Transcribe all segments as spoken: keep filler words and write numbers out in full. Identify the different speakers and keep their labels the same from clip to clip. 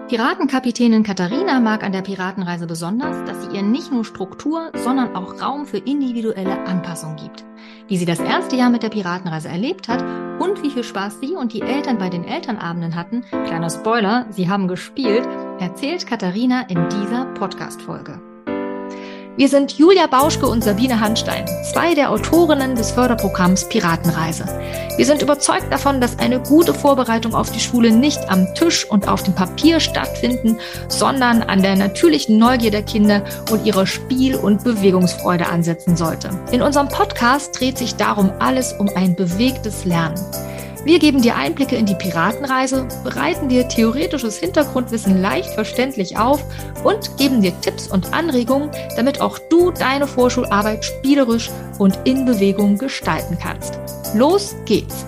Speaker 1: Piratenkapitänin Katharina mag an der Piratenreise besonders, dass sie ihr nicht nur Struktur, sondern auch Raum für individuelle Anpassung gibt. Wie sie das erste Jahr mit der Piratenreise erlebt hat und wie viel Spaß sie und die Eltern bei den Elternabenden hatten, kleiner Spoiler, sie haben gespielt, erzählt Katharina in dieser Podcast-Folge. Wir sind Julia Bauschke und Sabine Hanstein, zwei der Autorinnen des Förderprogramms Piratenreise. Wir sind überzeugt davon, dass eine gute Vorbereitung auf die Schule nicht am Tisch und auf dem Papier stattfinden, sondern an der natürlichen Neugier der Kinder und ihrer Spiel- und Bewegungsfreude ansetzen sollte. In unserem Podcast dreht sich darum alles um ein bewegtes Lernen. Wir geben dir Einblicke in die Piratenreise, bereiten dir theoretisches Hintergrundwissen leicht verständlich auf und geben dir Tipps und Anregungen, damit auch du deine Vorschularbeit spielerisch und in Bewegung gestalten kannst. Los geht's!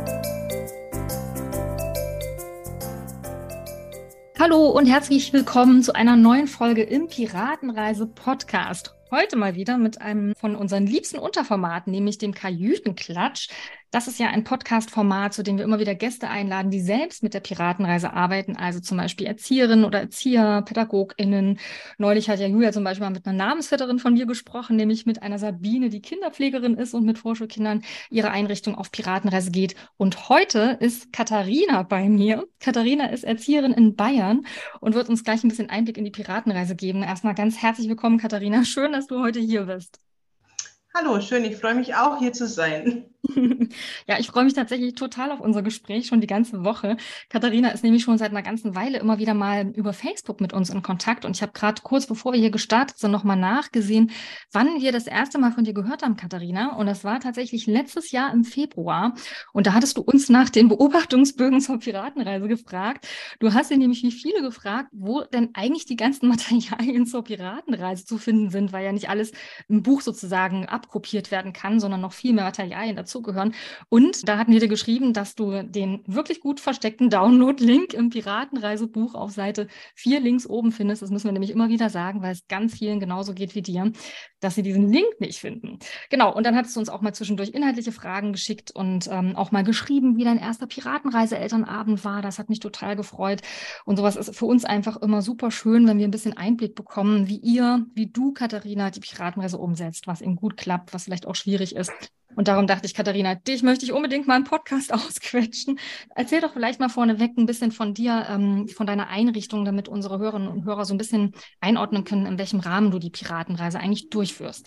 Speaker 1: Hallo und herzlich willkommen zu einer neuen Folge im Piratenreise-Podcast. Heute mal wieder mit einem von unseren liebsten Unterformaten, nämlich dem Kajütenklatsch. Das ist ja ein Podcast-Format, zu dem wir immer wieder Gäste einladen, die selbst mit der Piratenreise arbeiten, also zum Beispiel Erzieherinnen oder Erzieher, PädagogInnen. Neulich hat ja Julia zum Beispiel mal mit einer Namensvetterin von mir gesprochen, nämlich mit einer Sabine, die Kinderpflegerin ist und mit Vorschulkindern ihre Einrichtung auf Piratenreise geht. Und heute ist Katharina bei mir. Katharina ist Erzieherin in Bayern und wird uns gleich ein bisschen Einblick in die Piratenreise geben. Erstmal ganz herzlich willkommen, Katharina. Schön, dass du heute hier bist.
Speaker 2: Hallo, schön. Ich freue mich auch, hier zu sein.
Speaker 1: Ja, ich freue mich tatsächlich total auf unser Gespräch, schon die ganze Woche. Katharina ist nämlich schon seit einer ganzen Weile immer wieder mal über Facebook mit uns in Kontakt. Und ich habe gerade kurz bevor wir hier gestartet sind, nochmal nachgesehen, wann wir das erste Mal von dir gehört haben, Katharina. Und das war tatsächlich letztes Jahr im Februar. Und da hattest du uns nach den Beobachtungsbögen zur Piratenreise gefragt. Du hast dir nämlich wie viele gefragt, wo denn eigentlich die ganzen Materialien zur Piratenreise zu finden sind, weil ja nicht alles im Buch sozusagen abkopiert werden kann, sondern noch viel mehr Materialien dazu gehören. Und da hatten wir dir geschrieben, dass du den wirklich gut versteckten Download-Link im Piratenreisebuch auf Seite vier links oben findest. Das müssen wir nämlich immer wieder sagen, weil es ganz vielen genauso geht wie dir, dass sie diesen Link nicht finden. Genau, und dann hattest du uns auch mal zwischendurch inhaltliche Fragen geschickt und ähm, auch mal geschrieben, wie dein erster Piratenreise-Elternabend war. Das hat mich total gefreut. Und sowas ist für uns einfach immer super schön, wenn wir ein bisschen Einblick bekommen, wie ihr, wie du, Katharina, die Piratenreise umsetzt, was eben gut klappt, was vielleicht auch schwierig ist. Und darum dachte ich, Katharina, dich möchte ich unbedingt mal einen Podcast ausquetschen. Erzähl doch vielleicht mal vorneweg ein bisschen von dir, ähm, von deiner Einrichtung, damit unsere Hörerinnen und Hörer so ein bisschen einordnen können, in welchem Rahmen du die Piratenreise eigentlich durchführst.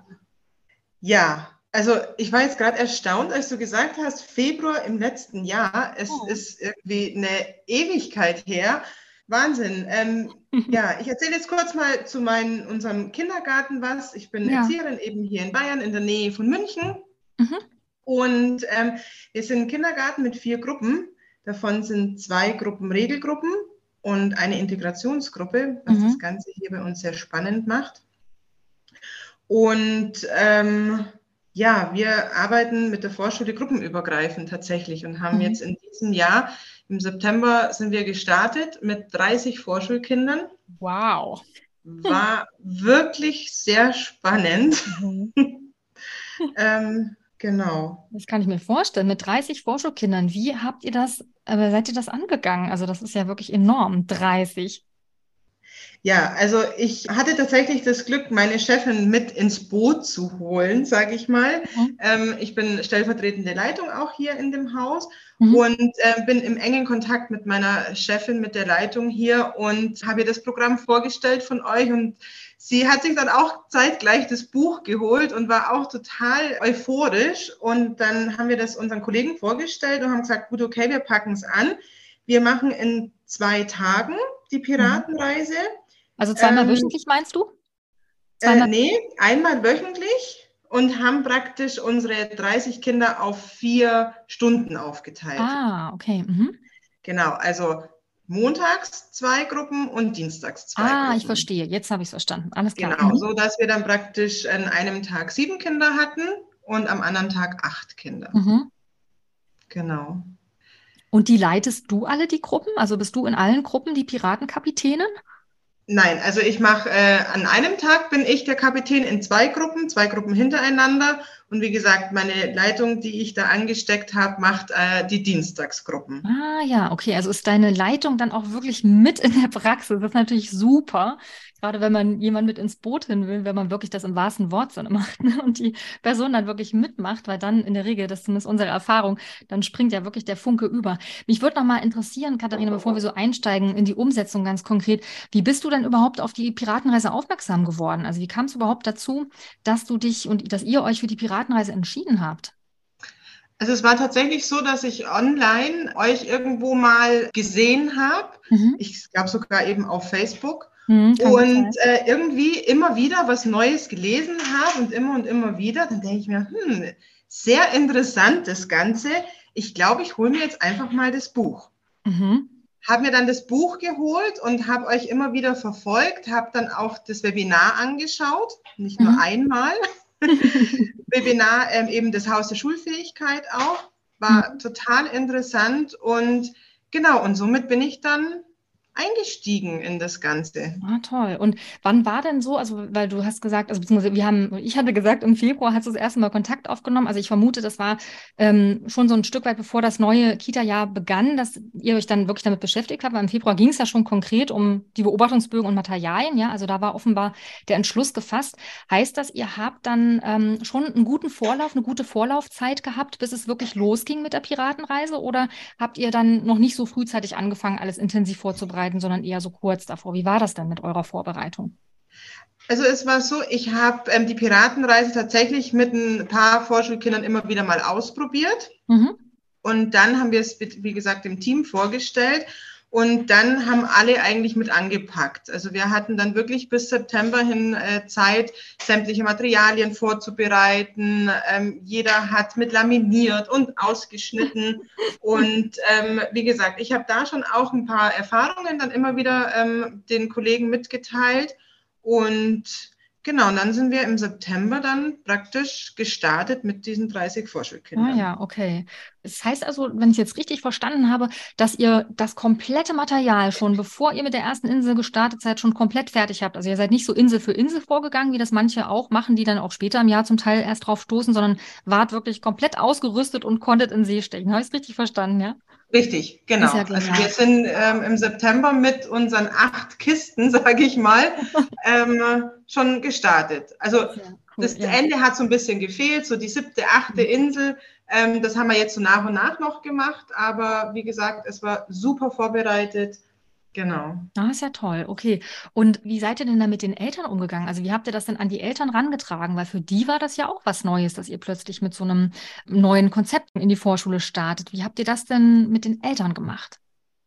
Speaker 2: Ja, also ich war jetzt gerade erstaunt, als du gesagt hast, Februar im letzten Jahr. Es oh. ist irgendwie eine Ewigkeit her. Wahnsinn. Ähm, ja, ich erzähle jetzt kurz mal zu meinem, unserem Kindergarten was. Ich bin ja. Erzieherin eben hier in Bayern in der Nähe von München. Mhm. Und ähm, wir sind ein Kindergarten mit vier Gruppen. Davon sind zwei Gruppen Regelgruppen und eine Integrationsgruppe, was mhm. das Ganze hier bei uns sehr spannend macht. Und ähm, ja, wir arbeiten mit der Vorschule gruppenübergreifend tatsächlich und haben mhm. jetzt in diesem Jahr, im September sind wir gestartet mit dreißig Vorschulkindern.
Speaker 1: Wow.
Speaker 2: War wirklich sehr spannend. Mhm. ähm, genau.
Speaker 1: Das kann ich mir vorstellen. Mit dreißig Vorschulkindern, wie habt ihr das, äh, seid ihr das angegangen? Also das ist ja wirklich enorm, dreißig.
Speaker 2: Ja, also ich hatte tatsächlich das Glück, meine Chefin mit ins Boot zu holen, sage ich mal. Mhm. Ähm, ich bin stellvertretende Leitung auch hier in dem Haus mhm. und äh, bin im engen Kontakt mit meiner Chefin, mit der Leitung hier und habe ihr das Programm vorgestellt von euch. Und sie hat sich dann auch zeitgleich das Buch geholt und war auch total euphorisch. Und dann haben wir das unseren Kollegen vorgestellt und haben gesagt, gut, okay, wir packen es an. Wir machen in zwei Tagen die Piratenreise.
Speaker 1: Also zweimal ähm, wöchentlich meinst du?
Speaker 2: Äh, nee, einmal wöchentlich und haben praktisch unsere dreißig Kinder auf vier Stunden aufgeteilt.
Speaker 1: Ah, okay. Mhm.
Speaker 2: Genau, also montags zwei Gruppen und dienstags zwei
Speaker 1: ah,
Speaker 2: Gruppen.
Speaker 1: Ah, ich verstehe. Jetzt habe ich es verstanden. Alles klar.
Speaker 2: Genau, mhm. so dass wir dann praktisch an einem Tag sieben Kinder hatten und am anderen Tag acht Kinder. Mhm. Genau.
Speaker 1: Und die leitest du alle, die Gruppen? Also bist du in allen Gruppen die Piratenkapitänin?
Speaker 2: Nein, also ich mache, äh, an einem Tag bin ich der Kapitän in zwei Gruppen, zwei Gruppen hintereinander Und wie gesagt, meine Leitung, die ich da angesteckt habe, macht äh, die Dienstagsgruppen.
Speaker 1: Ah ja, okay. Also ist deine Leitung dann auch wirklich mit in der Praxis. Das ist natürlich super. Gerade wenn man jemanden mit ins Boot hin will, wenn man wirklich das im wahrsten Wortsinne macht, ne? Und die Person dann wirklich mitmacht, weil dann in der Regel, das ist zumindest unsere Erfahrung, dann springt ja wirklich der Funke über. Mich würde noch mal interessieren, Katharina, bevor wir so einsteigen in die Umsetzung ganz konkret, wie bist du denn überhaupt auf die Piratenreise aufmerksam geworden? Also wie kam es überhaupt dazu, dass du dich und dass ihr euch für die Piratenreise entschieden habt?
Speaker 2: Also es war tatsächlich so, dass ich online euch irgendwo mal gesehen habe.
Speaker 1: Mhm.
Speaker 2: Ich glaube sogar eben auf Facebook.
Speaker 1: Mhm,
Speaker 2: und äh, irgendwie immer wieder was Neues gelesen habe und immer und immer wieder. Dann denke ich mir, hm, sehr interessant das Ganze. Ich glaube, ich hole mir jetzt einfach mal das Buch.
Speaker 1: Mhm.
Speaker 2: Habe mir dann das Buch geholt und habe euch immer wieder verfolgt, habe dann auch das Webinar angeschaut, nicht nur
Speaker 1: Mhm.
Speaker 2: einmal. Webinar, ähm, eben das Haus der Schulfähigkeit auch, war mhm. total interessant und genau, und somit bin ich dann eingestiegen in das Ganze.
Speaker 1: Ah, toll. Und wann war denn so, also weil du hast gesagt, also beziehungsweise wir haben, ich hatte gesagt, im Februar hast du das erste Mal Kontakt aufgenommen. Also ich vermute, das war ähm, schon so ein Stück weit, bevor das neue Kita-Jahr begann, dass ihr euch dann wirklich damit beschäftigt habt. Weil im Februar ging es ja schon konkret um die Beobachtungsbögen und Materialien, ja. Also da war offenbar der Entschluss gefasst. Heißt das, ihr habt dann ähm, schon einen guten Vorlauf, eine gute Vorlaufzeit gehabt, bis es wirklich losging mit der Piratenreise? Oder habt ihr dann noch nicht so frühzeitig angefangen, alles intensiv vorzubereiten, sondern eher so kurz davor? Wie war das denn mit eurer Vorbereitung?
Speaker 2: Also es war so, ich habe ähm, die Piratenreise tatsächlich mit ein paar Vorschulkindern immer wieder mal ausprobiert. Mhm. Und dann haben wir es, wie gesagt, dem Team vorgestellt. Und dann haben alle eigentlich mit angepackt. Also wir hatten dann wirklich bis September hin äh, Zeit, sämtliche Materialien vorzubereiten. Ähm, jeder hat mit laminiert und ausgeschnitten. Und ähm, wie gesagt, ich habe da schon auch ein paar Erfahrungen dann immer wieder ähm, den Kollegen mitgeteilt. Und genau, und dann sind wir im September dann praktisch gestartet mit diesen dreißig Vorschulkindern.
Speaker 1: Ah ja, okay. Das heißt also, wenn ich jetzt richtig verstanden habe, dass ihr das komplette Material schon, bevor ihr mit der ersten Insel gestartet seid, schon komplett fertig habt. Also ihr seid nicht so Insel für Insel vorgegangen, wie das manche auch machen, die dann auch später im Jahr zum Teil erst drauf stoßen, sondern wart wirklich komplett ausgerüstet und konntet in See stechen. Habe ich es richtig verstanden, ja?
Speaker 2: Richtig, genau.
Speaker 1: Ja,
Speaker 2: also wir sind ähm, im September mit unseren acht Kisten, sage ich mal, ähm, schon gestartet. Also ja, cool, das ja. Ende hat so ein bisschen gefehlt, so die siebte, achte mhm. Insel. Ähm, das haben wir jetzt so nach und nach noch gemacht. Aber wie gesagt, es war super vorbereitet. Genau.
Speaker 1: Ah, ist ja toll. Okay. Und wie seid ihr denn da mit den Eltern umgegangen? Also wie habt ihr das denn an die Eltern rangetragen? Weil für die war das ja auch was Neues, dass ihr plötzlich mit so einem neuen Konzept in die Vorschule startet. Wie habt ihr das denn mit den Eltern gemacht?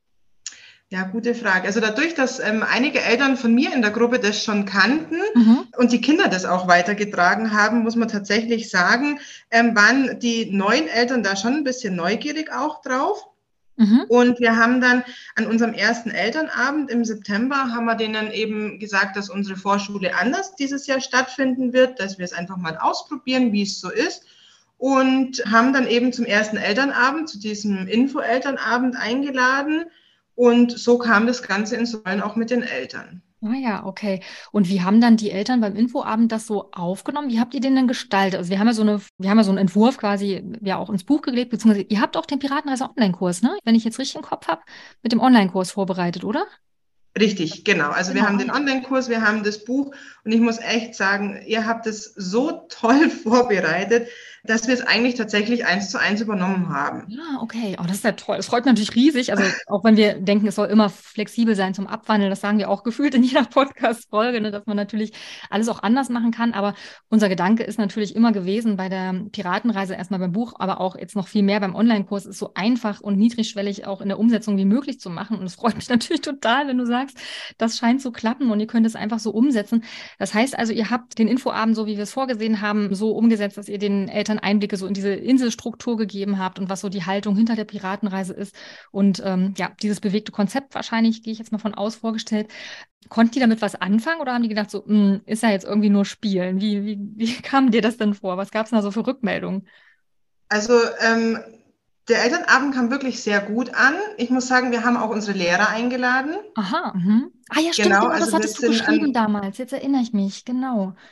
Speaker 2: Ja, gute Frage. Also dadurch, dass ähm, einige Eltern von mir in der Gruppe das schon kannten mhm. und die Kinder das auch weitergetragen haben, muss man tatsächlich sagen, ähm, waren die neuen Eltern da schon ein bisschen neugierig auch drauf. Mhm. Und wir haben dann an unserem ersten Elternabend im September, haben wir denen eben gesagt, dass unsere Vorschule anders dieses Jahr stattfinden wird, dass wir es einfach mal ausprobieren, wie es so ist. Und haben dann eben zum ersten Elternabend, zu diesem Info-Elternabend eingeladen. Und so kam das Ganze ins Rollen auch mit den Eltern.
Speaker 1: Ah ja, okay. Und wie haben dann die Eltern beim Infoabend das so aufgenommen? Wie habt ihr den denn gestaltet? Also wir haben ja so eine, wir haben ja so einen Entwurf quasi ja auch ins Buch gelegt, beziehungsweise ihr habt auch den Piratenreise Online-Kurs, ne? Wenn ich jetzt richtig im Kopf habe, mit dem Online-Kurs vorbereitet, oder?
Speaker 2: Richtig, genau. Also genau. Wir haben den Online-Kurs, wir haben das Buch und ich muss echt sagen, ihr habt es so toll vorbereitet, dass wir es eigentlich tatsächlich eins zu eins übernommen haben.
Speaker 1: Ja, okay. Oh, das ist ja toll. Das freut mich natürlich riesig. Also auch wenn wir denken, es soll immer flexibel sein zum Abwandeln, das sagen wir auch gefühlt in jeder Podcast-Folge, ne, dass man natürlich alles auch anders machen kann. Aber unser Gedanke ist natürlich immer gewesen bei der Piratenreise, erstmal beim Buch, aber auch jetzt noch viel mehr beim Online-Kurs, ist so einfach und niedrigschwellig auch in der Umsetzung wie möglich zu machen. Und es freut mich natürlich total, wenn du sagst, das scheint zu klappen und ihr könnt es einfach so umsetzen. Das heißt also, ihr habt den Infoabend, so wie wir es vorgesehen haben, so umgesetzt, dass ihr den Eltern Einblicke so in diese Inselstruktur gegeben habt und was so die Haltung hinter der Piratenreise ist. Und ähm, ja, dieses bewegte Konzept wahrscheinlich, gehe ich jetzt mal von aus, vorgestellt. Konnten die damit was anfangen oder haben die gedacht, so, mh, ist ja jetzt irgendwie nur Spielen? Wie, wie, wie kam dir das denn vor? Was gab es da so für Rückmeldungen?
Speaker 2: Also ähm, der Elternabend kam wirklich sehr gut an. Ich muss sagen, wir haben auch unsere Lehrer eingeladen.
Speaker 1: Aha. Mhm. Ah ja, stimmt,
Speaker 2: genau,
Speaker 1: genau
Speaker 2: also
Speaker 1: das hattest du geschrieben damals. Jetzt erinnere ich mich, genau.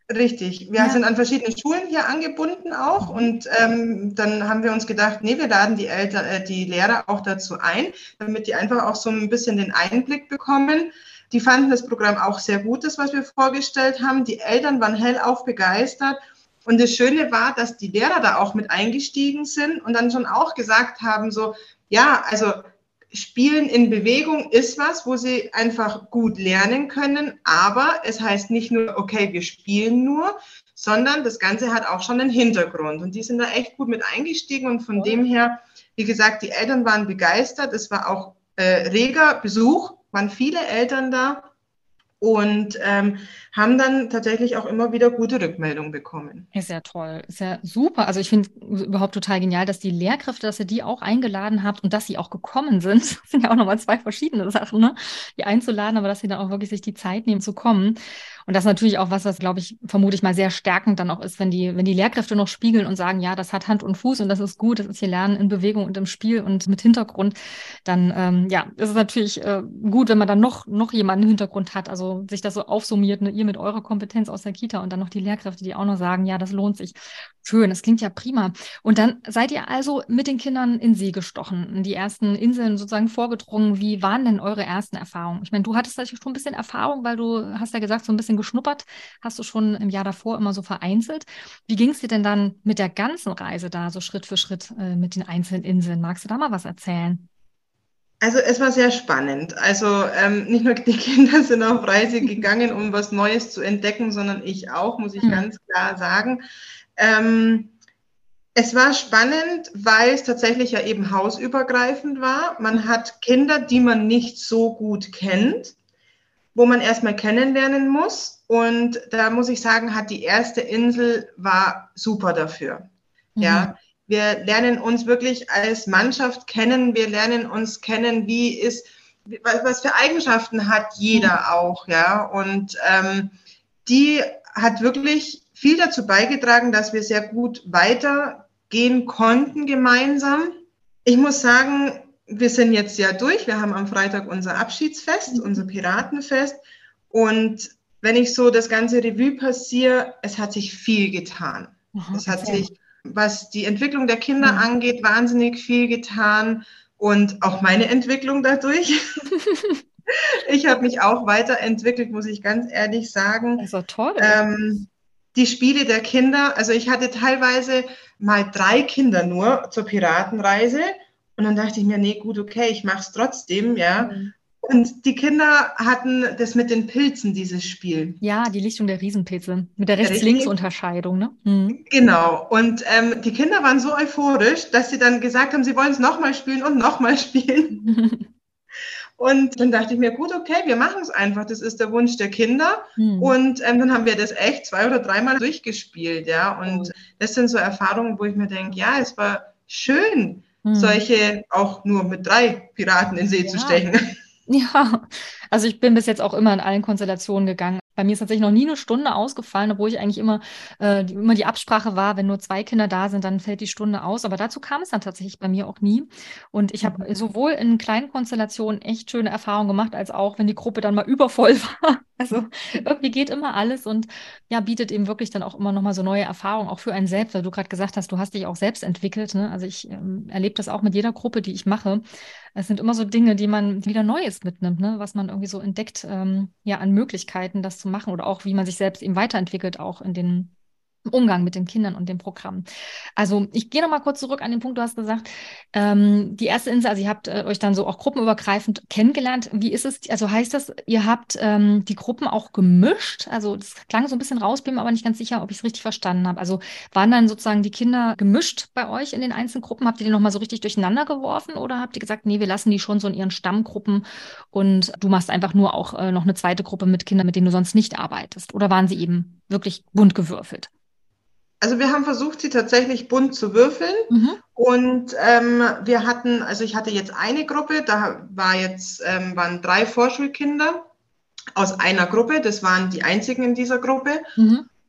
Speaker 2: Richtig. Wir
Speaker 1: Ja.
Speaker 2: sind an verschiedenen Schulen hier angebunden auch, und ähm, dann haben wir uns gedacht, nee, wir laden die Eltern, äh, die Lehrer auch dazu ein, damit die einfach auch so ein bisschen den Einblick bekommen. Die fanden das Programm auch sehr gut, das, was wir vorgestellt haben. Die Eltern waren hellauf begeistert. Und das Schöne war, dass die Lehrer da auch mit eingestiegen sind und dann schon auch gesagt haben, so, ja, also Spielen in Bewegung ist was, wo sie einfach gut lernen können, aber es heißt nicht nur, okay, wir spielen nur, sondern das Ganze hat auch schon einen Hintergrund, und die sind da echt gut mit eingestiegen, und von dem her, wie gesagt, die Eltern waren begeistert, es war auch äh, reger Besuch, waren viele Eltern da und ähm, haben dann tatsächlich auch immer wieder gute Rückmeldungen bekommen.
Speaker 1: Ist ja toll, ist ja super. Also ich finde überhaupt total genial, dass die Lehrkräfte, dass ihr die auch eingeladen habt und dass sie auch gekommen sind. Das sind ja auch nochmal zwei verschiedene Sachen, ne? Die einzuladen, aber dass sie dann auch wirklich sich die Zeit nehmen zu kommen. Und das ist natürlich auch was, was, glaube ich, vermute ich mal sehr stärkend dann auch ist, wenn die, wenn die Lehrkräfte noch spiegeln und sagen, ja, das hat Hand und Fuß und das ist gut, das ist hier Lernen in Bewegung und im Spiel und mit Hintergrund, dann ähm, ja, ist es natürlich äh, gut, wenn man dann noch, noch jemanden im Hintergrund hat, also sich das so aufsummiert, ne, ihr mit eurer Kompetenz aus der Kita und dann noch die Lehrkräfte, die auch noch sagen, ja, das lohnt sich. Schön, das klingt ja prima. Und dann seid ihr also mit den Kindern in See gestochen, in die ersten Inseln sozusagen vorgedrungen. Wie waren denn eure ersten Erfahrungen? Ich meine, du hattest natürlich schon ein bisschen Erfahrung, weil du hast ja gesagt, so ein bisschen geschnuppert, hast du schon im Jahr davor immer so vereinzelt. Wie ging es dir denn dann mit der ganzen Reise da, so Schritt für Schritt äh, mit den einzelnen Inseln? Magst du da mal was erzählen?
Speaker 2: Also es war sehr spannend. Also ähm, nicht nur die Kinder sind auf Reise gegangen, um was Neues zu entdecken, sondern ich auch, muss ich
Speaker 1: Hm.
Speaker 2: ganz klar sagen. Ähm, es war spannend, weil es tatsächlich ja eben hausübergreifend war. Man hat Kinder, die man nicht so gut kennt, wo man erstmal kennenlernen muss. Und da muss ich sagen, hat die erste Insel war super dafür.
Speaker 1: Mhm.
Speaker 2: Ja, wir lernen uns wirklich als Mannschaft kennen. Wir lernen uns kennen, wie ist, was für Eigenschaften hat jeder auch, ja. Und ähm, die hat wirklich viel dazu beigetragen, dass wir sehr gut weitergehen konnten gemeinsam. Ich muss sagen, wir sind jetzt ja durch. Wir haben am Freitag unser Abschiedsfest, unser Piratenfest. Und wenn ich so das ganze Revue passiere, es hat sich viel getan.
Speaker 1: Aha,
Speaker 2: es hat
Speaker 1: erzähl.
Speaker 2: sich, was die Entwicklung der Kinder
Speaker 1: Mhm.
Speaker 2: angeht, wahnsinnig viel getan. Und auch meine Entwicklung dadurch. Ich habe mich auch weiterentwickelt, muss ich ganz ehrlich sagen.
Speaker 1: Das war toll.
Speaker 2: Ähm, die Spiele der Kinder, also ich hatte teilweise mal drei Kinder nur zur Piratenreise. Und dann dachte ich mir, nee, gut, okay, ich mache es trotzdem, ja.
Speaker 1: Mhm.
Speaker 2: Und die Kinder hatten das mit den Pilzen, dieses Spiel.
Speaker 1: Ja, die Lichtung der Riesenpilze mit der
Speaker 2: Richtig.
Speaker 1: Rechts-Links-Unterscheidung, ne? Mhm.
Speaker 2: Genau. Und ähm, die Kinder waren so euphorisch, dass sie dann gesagt haben, sie wollen es nochmal spielen und nochmal spielen. Und dann dachte ich mir, gut, okay, wir machen es einfach. Das ist der Wunsch der Kinder.
Speaker 1: Mhm.
Speaker 2: Und ähm, dann haben wir das echt zwei oder dreimal durchgespielt, ja. Und
Speaker 1: Cool.
Speaker 2: das sind so Erfahrungen, wo ich mir denke, ja, es war schön,
Speaker 1: Mhm.
Speaker 2: solche auch nur mit drei Piraten in See
Speaker 1: Ja.
Speaker 2: zu stechen.
Speaker 1: Ja, also ich bin bis jetzt auch immer in allen Konstellationen gegangen. Bei mir ist tatsächlich noch nie eine Stunde ausgefallen, obwohl ich eigentlich immer, äh, die, immer die Absprache war, wenn nur zwei Kinder da sind, dann fällt die Stunde aus. Aber dazu kam es dann tatsächlich bei mir auch nie. Und ich habe sowohl in kleinen Konstellationen echt schöne Erfahrungen gemacht, als auch, wenn die Gruppe dann mal übervoll war. Also irgendwie geht immer alles und ja, bietet eben wirklich dann auch immer nochmal so neue Erfahrungen, auch für einen selbst, weil du gerade gesagt hast, du hast dich auch selbst entwickelt. Ne? Also ich ähm, erlebe das auch mit jeder Gruppe, die ich mache. Es sind immer so Dinge, die man wieder Neues mitnimmt, ne? Was man irgendwie so entdeckt, ähm, ja, an Möglichkeiten, das zu machen oder auch, wie man sich selbst eben weiterentwickelt, auch in den im Umgang mit den Kindern und dem Programm. Also ich gehe noch mal kurz zurück an den Punkt, du hast gesagt, ähm, die erste Insel, also ihr habt äh, euch dann so auch gruppenübergreifend kennengelernt. Wie ist es, also heißt das, ihr habt ähm, die Gruppen auch gemischt? Also das klang so ein bisschen raus, bin mir aber nicht ganz sicher, ob ich es richtig verstanden habe. Also waren dann sozusagen die Kinder gemischt bei euch in den einzelnen Gruppen? Habt ihr die noch mal so richtig durcheinander geworfen oder habt ihr gesagt, nee, wir lassen die schon so in ihren Stammgruppen und du machst einfach nur auch äh, noch eine zweite Gruppe mit Kindern, mit denen du sonst nicht arbeitest? Oder waren sie eben wirklich bunt gewürfelt?
Speaker 2: Also wir haben versucht, sie tatsächlich bunt zu würfeln.
Speaker 1: Mhm.
Speaker 2: Und ähm, wir hatten, also ich hatte jetzt eine Gruppe, da war jetzt, ähm, waren drei Vorschulkinder aus einer Gruppe, das waren die einzigen in dieser Gruppe.
Speaker 1: Mhm.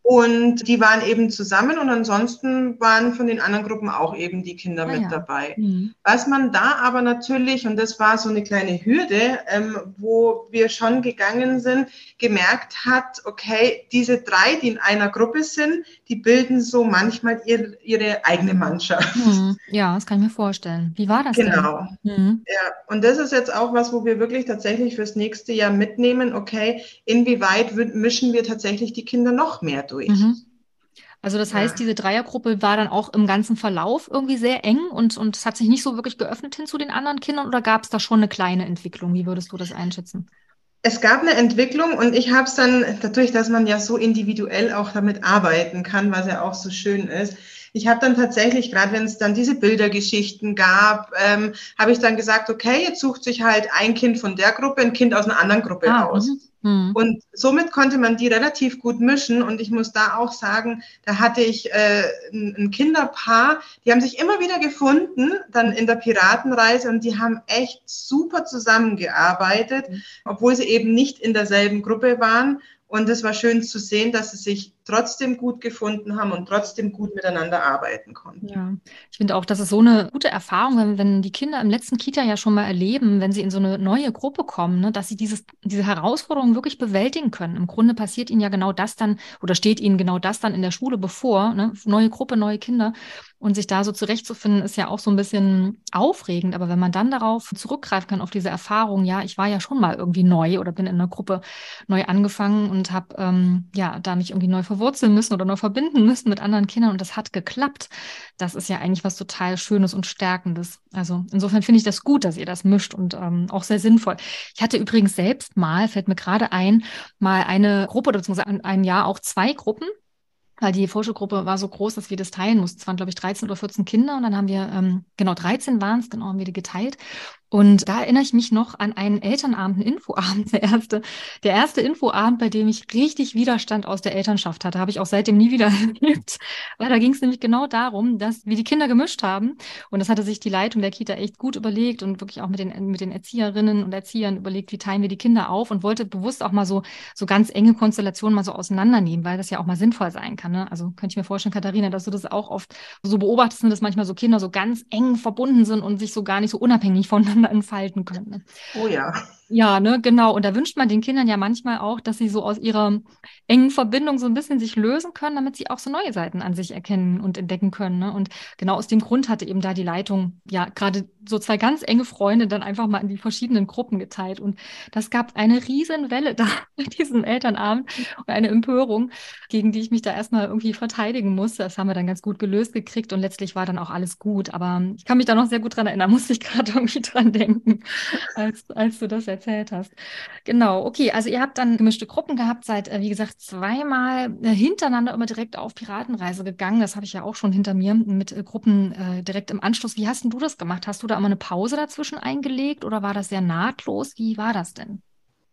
Speaker 2: Und die waren eben zusammen und ansonsten waren von den anderen Gruppen auch eben die Kinder
Speaker 1: Ah,
Speaker 2: mit
Speaker 1: ja.
Speaker 2: dabei.
Speaker 1: Mhm.
Speaker 2: Was man da aber natürlich, und das war so eine kleine Hürde, ähm, wo wir schon gegangen sind, gemerkt hat, okay, diese drei, die in einer Gruppe sind, die bilden so manchmal ihr, ihre eigene Mannschaft.
Speaker 1: Mhm. Ja, das kann ich mir vorstellen. Wie war das
Speaker 2: Genau.
Speaker 1: denn? Mhm.
Speaker 2: Ja, und das ist jetzt auch was, wo wir wirklich tatsächlich fürs nächste Jahr mitnehmen, okay, inwieweit mischen wir tatsächlich die Kinder noch mehr durch?
Speaker 1: Mhm. Also das
Speaker 2: Ja.
Speaker 1: heißt, diese Dreiergruppe war dann auch im ganzen Verlauf irgendwie sehr eng und, und es hat sich nicht so wirklich geöffnet hin zu den anderen Kindern oder gab es da schon eine kleine Entwicklung? Wie würdest du das einschätzen?
Speaker 2: Es gab eine Entwicklung und ich habe es dann, dadurch, dass man ja so individuell auch damit arbeiten kann, was ja auch so schön ist, ich habe dann tatsächlich, gerade wenn es dann diese Bildergeschichten gab, ähm, habe ich dann gesagt, okay, jetzt sucht sich halt ein Kind von der Gruppe, ein Kind aus einer anderen Gruppe
Speaker 1: Ah,
Speaker 2: aus.
Speaker 1: mhm.
Speaker 2: Und somit konnte man die relativ gut mischen. Und ich muss da auch sagen, da hatte ich äh, ein, ein Kinderpaar, die haben sich immer wieder gefunden, dann in der Piratenreise, und die haben echt super zusammengearbeitet, obwohl sie eben nicht in derselben Gruppe waren. Und es war schön zu sehen, dass sie sich trotzdem gut gefunden haben und trotzdem gut miteinander arbeiten konnten.
Speaker 1: Ja, ich finde auch, das ist so eine gute Erfahrung, wenn, wenn die Kinder im letzten Kita ja schon mal erleben, wenn sie in so eine neue Gruppe kommen, ne, dass sie dieses, diese Herausforderung wirklich bewältigen können. Im Grunde passiert ihnen ja genau das dann oder steht ihnen genau das dann in der Schule bevor, ne? Neue Gruppe, neue Kinder. Und sich da so zurechtzufinden, ist ja auch so ein bisschen aufregend. Aber wenn man dann darauf zurückgreifen kann, auf diese Erfahrung, ja, ich war ja schon mal irgendwie neu oder bin in einer Gruppe neu angefangen und habe ähm, ja da mich irgendwie neu verwurzeln müssen oder neu verbinden müssen mit anderen Kindern und das hat geklappt. Das ist ja eigentlich was total Schönes und Stärkendes. Also insofern finde ich das gut, dass ihr das mischt und ähm, auch sehr sinnvoll. Ich hatte übrigens selbst mal, fällt mir gerade ein, mal eine Gruppe oder beziehungsweise ein Jahr auch zwei Gruppen. Weil die Vorschulgruppe war so groß, dass wir das teilen mussten. Es waren, glaube ich, dreizehn oder vierzehn Kinder und dann haben wir, ähm, genau, dreizehn waren es, genau, haben wir die geteilt. Und da erinnere ich mich noch an einen Elternabend, einen Infoabend, der erste, der erste Infoabend, bei dem ich richtig Widerstand aus der Elternschaft hatte, habe ich auch seitdem nie wieder erlebt, weil da ging es nämlich genau darum, dass wir die Kinder gemischt haben und das hatte sich die Leitung der Kita echt gut überlegt und wirklich auch mit den, mit den Erzieherinnen und Erziehern überlegt, wie teilen wir die Kinder auf und wollte bewusst auch mal so, so ganz enge Konstellationen mal so auseinandernehmen, weil das ja auch mal sinnvoll sein kann. Ne? Also könnte ich mir vorstellen, Katharina, dass du das auch oft so beobachtest, dass manchmal so Kinder so ganz eng verbunden sind und sich so gar nicht so unabhängig voneinander entfalten können. Ne?
Speaker 2: Oh ja.
Speaker 1: Ja, ne, genau. Und da wünscht man den Kindern ja manchmal auch, dass sie so aus ihrer engen Verbindung so ein bisschen sich lösen können, damit sie auch so neue Seiten an sich erkennen und entdecken können. Ne? Und genau aus dem Grund hatte eben da die Leitung ja gerade so zwei ganz enge Freunde dann einfach mal in die verschiedenen Gruppen geteilt. Und das gab eine riesen Welle da mit diesem Elternabend und eine Empörung, gegen die ich mich da erstmal irgendwie verteidigen musste. Das haben wir dann ganz gut gelöst gekriegt und letztlich war dann auch alles gut. Aber ich kann mich da noch sehr gut dran erinnern, musste ich gerade irgendwie dran denken, als, als du das erzählt hast. Genau, okay, also ihr habt dann gemischte Gruppen gehabt, seid, äh, wie gesagt, zweimal äh, hintereinander immer direkt auf Piratenreise gegangen. Das habe ich ja auch schon hinter mir mit äh, Gruppen äh, direkt im Anschluss. Wie hast denn du das gemacht? Hast du da immer eine Pause dazwischen eingelegt oder war das sehr nahtlos? Wie war das denn?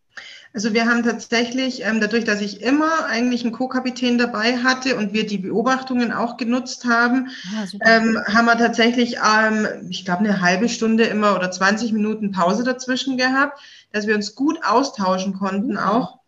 Speaker 2: Also wir haben tatsächlich, ähm, dadurch, dass ich immer eigentlich einen Co-Kapitän dabei hatte und wir die Beobachtungen auch genutzt haben,
Speaker 1: Ah, super.
Speaker 2: ähm, haben wir tatsächlich, ähm, ich glaube, eine halbe Stunde immer oder zwanzig Minuten Pause dazwischen gehabt, dass wir uns gut austauschen konnten
Speaker 1: Super.
Speaker 2: auch.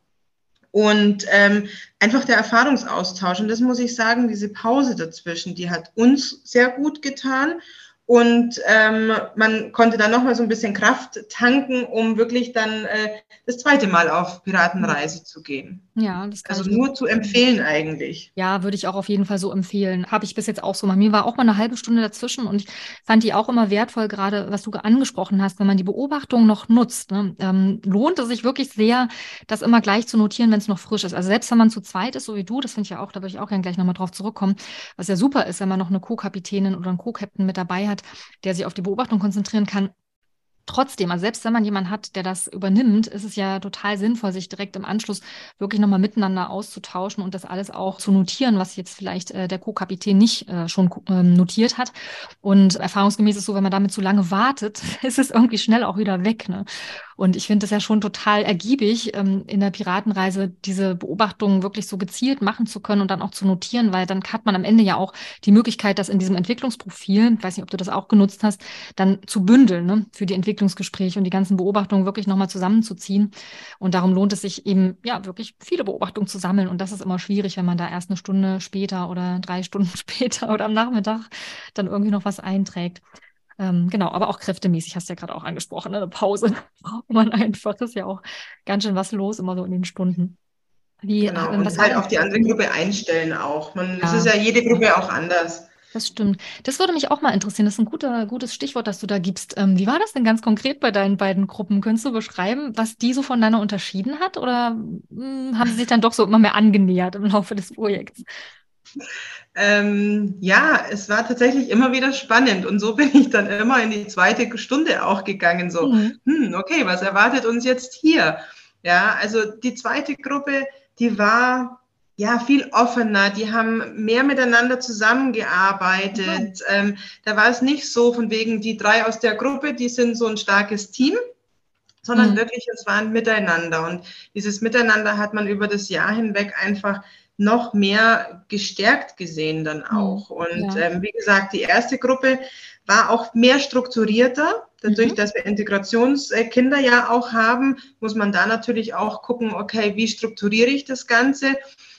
Speaker 2: Und ähm, einfach der Erfahrungsaustausch. Und das muss ich sagen, diese Pause dazwischen, die hat uns sehr gut getan. Und ähm, man konnte dann nochmal so ein bisschen Kraft tanken, um wirklich dann äh, das zweite Mal auf Piratenreise zu gehen.
Speaker 1: Ja, das kann
Speaker 2: Also
Speaker 1: ich mir
Speaker 2: nur zu empfehlen eigentlich.
Speaker 1: Ja, würde ich auch auf jeden Fall so empfehlen. Habe ich bis jetzt auch so. Bei mir war auch mal eine halbe Stunde dazwischen und ich fand die auch immer wertvoll, gerade was du angesprochen hast, wenn man die Beobachtung noch nutzt, ne, ähm, lohnt es sich wirklich sehr, das immer gleich zu notieren, wenn es noch frisch ist. Also selbst wenn man zu zweit ist, so wie du, das finde ich ja auch, da würde ich auch gerne gleich nochmal drauf zurückkommen, was ja super ist, wenn man noch eine Co-Kapitänin oder einen Co-Captain mit dabei hat, der sich auf die Beobachtung konzentrieren kann. Trotzdem, also selbst wenn man jemanden hat, der das übernimmt, ist es ja total sinnvoll, sich direkt im Anschluss wirklich nochmal miteinander auszutauschen und das alles auch zu notieren, was jetzt vielleicht äh, der Co-Kapitän nicht äh, schon ähm, notiert hat. Und erfahrungsgemäß ist es so, wenn man damit zu lange wartet, ist es irgendwie schnell auch wieder weg. Ne? Und ich finde es ja schon total ergiebig, ähm, in der Piratenreise diese Beobachtungen wirklich so gezielt machen zu können und dann auch zu notieren, weil dann hat man am Ende ja auch die Möglichkeit, das in diesem Entwicklungsprofil, ich weiß nicht, ob du das auch genutzt hast, dann zu bündeln, ne, für die Entwicklung Entwicklungsgespräche und die ganzen Beobachtungen wirklich nochmal zusammenzuziehen. Und darum lohnt es sich eben, ja, wirklich viele Beobachtungen zu sammeln. Und das ist immer schwierig, wenn man da erst eine Stunde später oder drei Stunden später oder am Nachmittag dann irgendwie noch was einträgt. Ähm, genau, aber auch kräftemäßig, hast du ja gerade auch angesprochen, ne? Eine Pause braucht man einfach. Das ist ja auch ganz schön was los, immer so in den Stunden. Wie,
Speaker 2: Genau,
Speaker 1: ähm,
Speaker 2: und
Speaker 1: was war
Speaker 2: halt
Speaker 1: denn?
Speaker 2: auf die andere Gruppe einstellen auch. Man, es ist
Speaker 1: Ja,
Speaker 2: ja jede
Speaker 1: ja,
Speaker 2: Gruppe auch anders.
Speaker 1: das stimmt. Das würde mich auch mal interessieren. Das ist ein guter, gutes Stichwort, das du da gibst. Ähm, wie war das denn ganz konkret bei deinen beiden Gruppen? Könntest du beschreiben, was die so voneinander unterschieden hat? Oder mh, haben sie sich dann doch so immer mehr angenähert im Laufe des Projekts?
Speaker 2: Ähm, ja, es war tatsächlich immer wieder spannend und so bin ich dann immer in die zweite Stunde auch gegangen. So,
Speaker 1: Mhm.
Speaker 2: hm, okay, was erwartet uns jetzt hier? Ja, also die zweite Gruppe, die war ja viel offener, die haben mehr miteinander
Speaker 1: Mhm.
Speaker 2: zusammengearbeitet. Ähm, da war es nicht so von wegen, die drei aus der Gruppe, die sind so ein starkes Team, sondern
Speaker 1: Mhm.
Speaker 2: wirklich, es war ein Miteinander. Und dieses Miteinander hat man über das Jahr hinweg einfach noch mehr gestärkt gesehen dann
Speaker 1: Mhm.
Speaker 2: auch. Und
Speaker 1: Ja.
Speaker 2: ähm, wie gesagt, die erste Gruppe war auch mehr strukturierter. Dadurch,
Speaker 1: Mhm.
Speaker 2: dass wir Integrationskinder ja auch haben, muss man da natürlich auch gucken, okay, wie strukturiere ich das Ganze?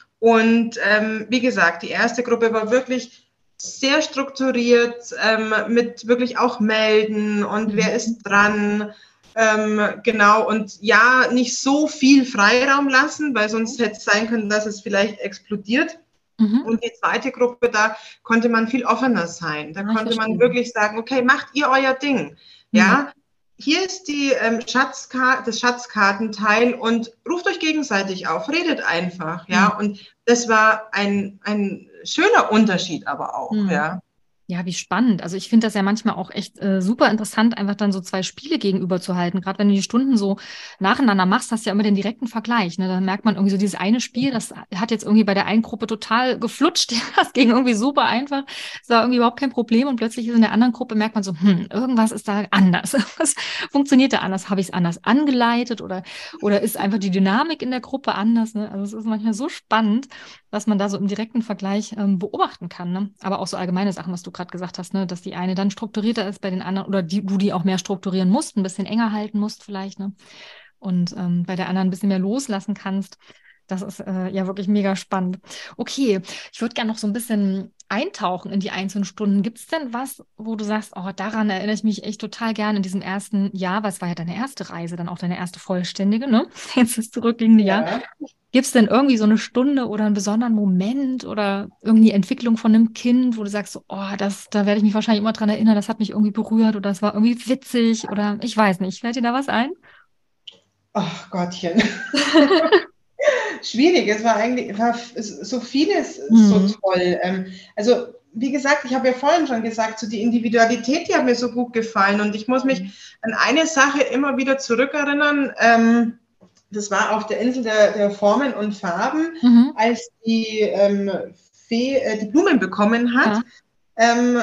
Speaker 2: Und ähm, wie gesagt, die erste Gruppe war wirklich sehr strukturiert, ähm, mit wirklich auch melden und wer
Speaker 1: Mhm.
Speaker 2: ist dran. Ähm, genau, und ja, nicht so viel Freiraum lassen, weil sonst hätte es sein können, dass es vielleicht explodiert.
Speaker 1: Mhm.
Speaker 2: Und die zweite Gruppe, da konnte man viel offener sein. Da
Speaker 1: Ah, ich
Speaker 2: konnte man
Speaker 1: verstehe.
Speaker 2: wirklich sagen, okay, macht ihr euer Ding.
Speaker 1: Mhm.
Speaker 2: Ja, hier ist die, ähm, Schatzka das Schatzkartenteil und ruft euch gegenseitig auf, redet einfach. Ja,
Speaker 1: Mhm.
Speaker 2: und das war ein, ein schöner Unterschied aber auch.
Speaker 1: Mhm.
Speaker 2: Ja.
Speaker 1: Ja, wie spannend. Also ich finde das ja manchmal auch echt äh, super interessant, einfach dann so zwei Spiele gegenüber zu halten. Gerade wenn du die Stunden so nacheinander machst, hast du ja immer den direkten Vergleich. Ne? Da merkt man irgendwie so dieses eine Spiel, das hat jetzt irgendwie bei der einen Gruppe total geflutscht. Das ging irgendwie super einfach. Es war irgendwie überhaupt kein Problem. Und plötzlich ist in der anderen Gruppe, merkt man so, hm, irgendwas ist da anders. Was funktioniert da anders? Habe ich es anders angeleitet oder, oder ist einfach die Dynamik in der Gruppe anders? Ne? Also es ist manchmal so spannend, was man da so im direkten Vergleich ähm, beobachten kann. Ne? Aber auch so allgemeine Sachen, was du gerade gesagt hast, ne? Dass die eine dann strukturierter ist bei den anderen oder die, du die auch mehr strukturieren musst, ein bisschen enger halten musst vielleicht, ne? Und ähm, bei der anderen ein bisschen mehr loslassen kannst. Das ist äh, ja wirklich mega spannend. Okay, ich würde gerne noch so ein bisschen eintauchen in die einzelnen Stunden. Gibt es denn was, wo du sagst, oh, daran erinnere ich mich echt total gern in diesem ersten Jahr, weil es war ja deine erste Reise, dann auch deine erste vollständige, ne? Jetzt das zurückliegende Jahr.
Speaker 2: Ja.
Speaker 1: Gibt es denn irgendwie so eine Stunde oder einen besonderen Moment oder irgendwie Entwicklung von einem Kind, wo du sagst, so, oh, das, da werde ich mich wahrscheinlich immer dran erinnern, das hat mich irgendwie berührt oder das war irgendwie witzig oder ich weiß nicht. Fällt dir da was ein?
Speaker 2: Ach Gottchen. Schwierig, es war eigentlich war so vieles so
Speaker 1: Hm.
Speaker 2: toll. Ähm, also wie gesagt, ich habe ja vorhin schon gesagt, so die Individualität, die hat mir so gut gefallen und ich muss mich an eine Sache immer wieder zurückerinnern. Ähm, das war auf der Insel der, der Formen und Farben,
Speaker 1: Mhm.
Speaker 2: als die ähm, Fee äh, die Blumen bekommen hat.
Speaker 1: Ja.
Speaker 2: Ähm,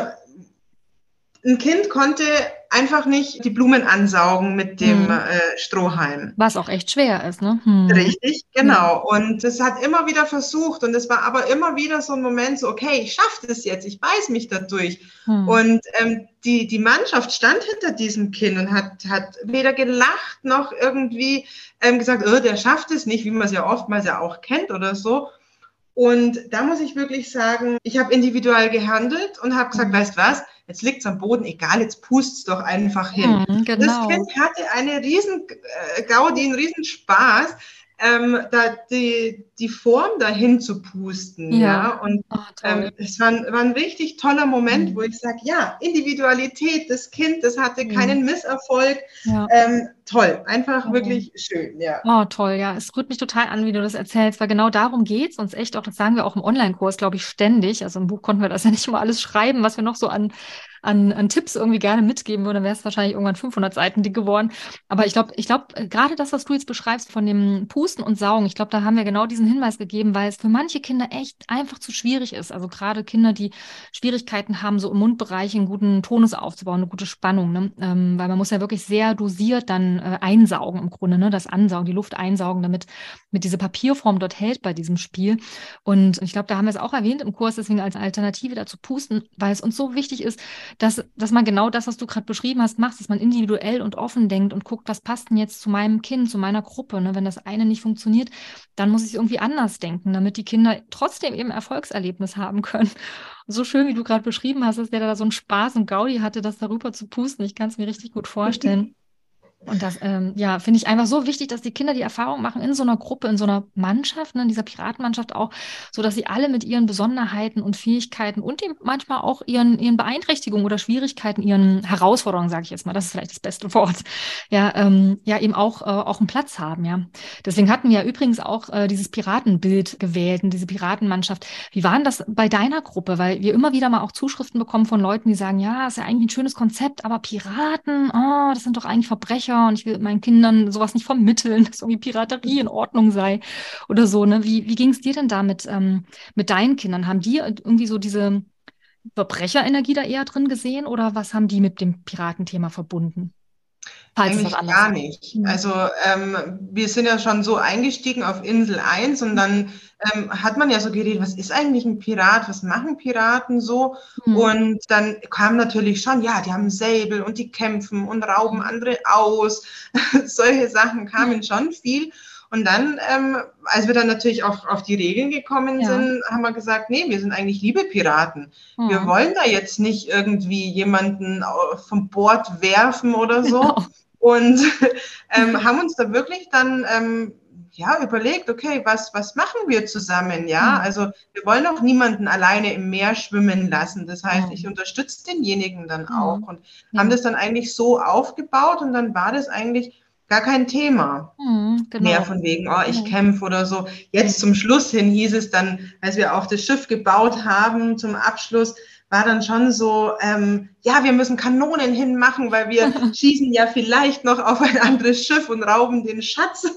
Speaker 2: ein Kind konnte einfach nicht die Blumen ansaugen mit dem
Speaker 1: Hm.
Speaker 2: äh, Strohhalm.
Speaker 1: Was auch echt schwer ist, ne? Hm.
Speaker 2: Richtig,
Speaker 1: Ja.
Speaker 2: genau. Und es hat immer wieder versucht und es war aber immer wieder so ein Moment so, okay, ich schaffe das jetzt, ich beiß mich da durch.
Speaker 1: Hm.
Speaker 2: Und ähm, die, die Mannschaft stand hinter diesem Kind und hat, hat weder gelacht noch irgendwie ähm, gesagt, oh, der schafft es nicht, wie man es ja oftmals ja auch kennt oder so. Und da muss ich wirklich sagen, ich habe individuell gehandelt und habe gesagt,
Speaker 1: Hm.
Speaker 2: weißt was, jetzt liegt es am Boden, egal, jetzt pust's doch einfach hin.
Speaker 1: Hm.
Speaker 2: Und das
Speaker 1: Genau.
Speaker 2: Kind hatte eine riesen äh, Gaudi, einen riesen Spaß, ähm, da die, die Form dahin zu pusten,
Speaker 1: Ja.
Speaker 2: ja. Und
Speaker 1: Ah, toll.
Speaker 2: ähm, es war ein, war ein richtig toller Moment, wo
Speaker 1: Hm.
Speaker 2: ich sage, ja, Individualität, das Kind, das hatte
Speaker 1: Hm.
Speaker 2: keinen Misserfolg.
Speaker 1: Ja.
Speaker 2: Ähm, toll, einfach
Speaker 1: Oh.
Speaker 2: wirklich schön, ja.
Speaker 1: Oh, toll, ja. Es rührt mich total an, wie du das erzählst, weil genau darum geht's uns echt auch, das sagen wir auch im Online-Kurs, glaube ich, ständig. Also im Buch konnten wir das ja nicht immer alles schreiben, was wir noch so an, an, an Tipps irgendwie gerne mitgeben würden. Dann wäre es wahrscheinlich irgendwann fünfhundert Seiten dick geworden. Aber ich glaube, ich glaube, gerade das, was du jetzt beschreibst von dem Pusten und Saugen, ich glaube, da haben wir genau diesen Hinweis gegeben, weil es für manche Kinder echt einfach zu schwierig ist. Also gerade Kinder, die Schwierigkeiten haben, so im Mundbereich einen guten Tonus aufzubauen, eine gute Spannung, ne? Ähm, weil man muss ja wirklich sehr dosiert dann äh, einsaugen im Grunde, ne? Das Ansaugen, die Luft einsaugen, damit mit diese Papierform dort hält bei diesem Spiel. Und ich glaube, da haben wir es auch erwähnt im Kurs, deswegen als Alternative dazu pusten, weil es uns so wichtig ist, dass, dass man genau das, was du gerade beschrieben hast, macht, dass man individuell und offen denkt und guckt, was passt denn jetzt zu meinem Kind, zu meiner Gruppe. Ne? Wenn das eine nicht funktioniert, dann muss ich es irgendwie anders denken, damit die Kinder trotzdem eben Erfolgserlebnis haben können. So schön, wie du gerade beschrieben hast, dass der da so einen Spaß und Gaudi hatte, das darüber zu pusten. Ich kann es mir richtig gut vorstellen. Und das, ähm, ja, finde ich einfach so wichtig, dass die Kinder die Erfahrung machen in so einer Gruppe, in so einer Mannschaft, ne, in dieser Piratenmannschaft auch, so dass sie alle mit ihren Besonderheiten und Fähigkeiten und eben manchmal auch ihren, ihren Beeinträchtigungen oder Schwierigkeiten, ihren Herausforderungen, sage ich jetzt mal, das ist vielleicht das beste Wort, ja, ähm, ja, eben auch, äh, auch einen Platz haben, ja. Deswegen hatten wir ja übrigens auch äh, dieses Piratenbild gewählt und diese Piratenmannschaft. Wie war denn das bei deiner Gruppe? Weil wir immer wieder mal auch Zuschriften bekommen von Leuten, die sagen, ja, ist ja eigentlich ein schönes Konzept, aber Piraten, oh, das sind doch eigentlich Verbrecher und ich will meinen Kindern sowas nicht vermitteln, dass irgendwie Piraterie in Ordnung sei oder so. Ne? Wie, wie ging es dir denn da mit, ähm, mit deinen Kindern? Haben die irgendwie so diese Verbrecherenergie da eher drin gesehen oder was haben die mit dem Piratenthema verbunden? Falls es was
Speaker 2: Eigentlich
Speaker 1: anderes
Speaker 2: gar
Speaker 1: war.
Speaker 2: nicht.
Speaker 1: Mhm.
Speaker 2: Also ähm, wir sind ja schon so eingestiegen auf Insel eins und dann ähm, hat man ja so geredet, was ist eigentlich ein Pirat, was machen Piraten so?
Speaker 1: Mhm.
Speaker 2: Und dann kam natürlich schon, ja, die haben Säbel und die kämpfen und rauben andere aus. Solche Sachen kamen schon viel. Und dann, ähm, als wir dann natürlich auch auf die Regeln gekommen
Speaker 1: Ja.
Speaker 2: sind, haben wir gesagt, nee, wir sind eigentlich liebe Piraten. Wir
Speaker 1: Mhm.
Speaker 2: wollen da jetzt nicht irgendwie jemanden vom Bord werfen oder so.
Speaker 1: Genau.
Speaker 2: Und ähm, haben uns da wirklich dann ähm, ja, überlegt, okay, was, was machen wir zusammen? Ja,
Speaker 1: Mhm.
Speaker 2: also wir wollen auch niemanden alleine im Meer schwimmen lassen. Das heißt, ich
Speaker 1: Mhm.
Speaker 2: unterstütze denjenigen dann auch
Speaker 1: Mhm.
Speaker 2: und
Speaker 1: Ja.
Speaker 2: haben das dann eigentlich so aufgebaut und dann war das eigentlich gar kein Thema.
Speaker 1: Mhm.
Speaker 2: Mehr
Speaker 1: Genau.
Speaker 2: von wegen, oh, ich
Speaker 1: Mhm.
Speaker 2: kämpfe oder so. Jetzt
Speaker 1: Mhm.
Speaker 2: zum Schluss hin hieß es dann, als wir auch das Schiff gebaut haben, zum Abschluss, war dann schon so, ähm, ja, wir müssen Kanonen hinmachen, weil wir schießen ja vielleicht noch auf ein anderes Schiff und rauben den Schatz.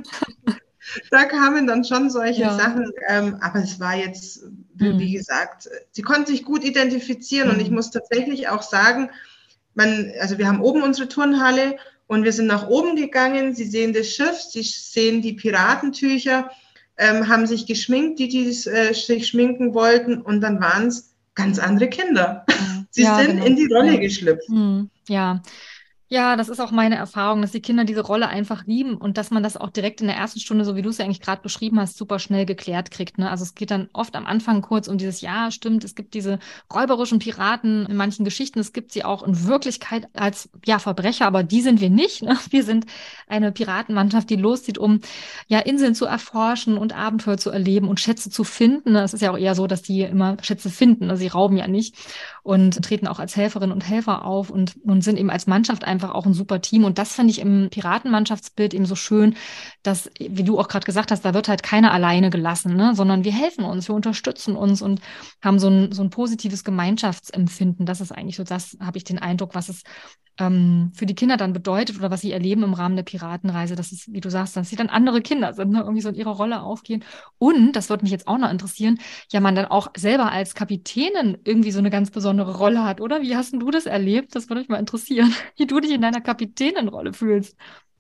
Speaker 2: Da kamen dann schon solche
Speaker 1: Ja.
Speaker 2: Sachen, ähm, aber es war jetzt, wie, wie
Speaker 1: Mhm.
Speaker 2: gesagt, sie konnten sich gut identifizieren und ich
Speaker 1: Mhm.
Speaker 2: muss tatsächlich auch sagen, man, also wir haben oben unsere Turnhalle und wir sind nach oben gegangen, sie sehen das Schiff, sie sehen die Piratentücher, ähm, haben sich geschminkt, die, die äh, sich schminken wollten und dann waren es ganz andere Kinder.
Speaker 1: Mhm.
Speaker 2: Sie
Speaker 1: Ja,
Speaker 2: sind
Speaker 1: genau.
Speaker 2: in die Rolle
Speaker 1: Ja.
Speaker 2: geschlüpft.
Speaker 1: Mhm. Ja. Ja, das ist auch meine Erfahrung, dass die Kinder diese Rolle einfach lieben und dass man das auch direkt in der ersten Stunde, so wie du es ja eigentlich gerade beschrieben hast, super schnell geklärt kriegt. Ne? Also es geht dann oft am Anfang kurz um dieses, ja, stimmt, es gibt diese räuberischen Piraten in manchen Geschichten, es gibt sie auch in Wirklichkeit als, ja, Verbrecher, aber die sind wir nicht. Ne? Wir sind eine Piratenmannschaft, die loszieht, um ja Inseln zu erforschen und Abenteuer zu erleben und Schätze zu finden. Es ist ja auch eher so, dass die immer Schätze finden, ne? Sie rauben ja nicht und treten auch als Helferinnen und Helfer auf und, und sind eben als Mannschaft einfach auch ein super Team. Und das finde ich im Piratenmannschaftsbild eben so schön, dass, wie du auch gerade gesagt hast, da wird halt keiner alleine gelassen, ne? Sondern wir helfen uns, wir unterstützen uns und haben so ein, so ein positives Gemeinschaftsempfinden. Das ist eigentlich so, das habe ich den Eindruck, was es ähm, für die Kinder dann bedeutet oder was sie erleben im Rahmen der Piratenreise, dass es, wie du sagst, dass sie dann andere Kinder sind, ne? Irgendwie so in ihrer Rolle aufgehen. Und, das würde mich jetzt auch noch interessieren, ja, man dann auch selber als Kapitänin irgendwie so eine ganz besondere Rolle hat, oder? Wie hast denn du das erlebt? Das würde mich mal interessieren, wie du dich in deiner Kapitäninrolle fühlst.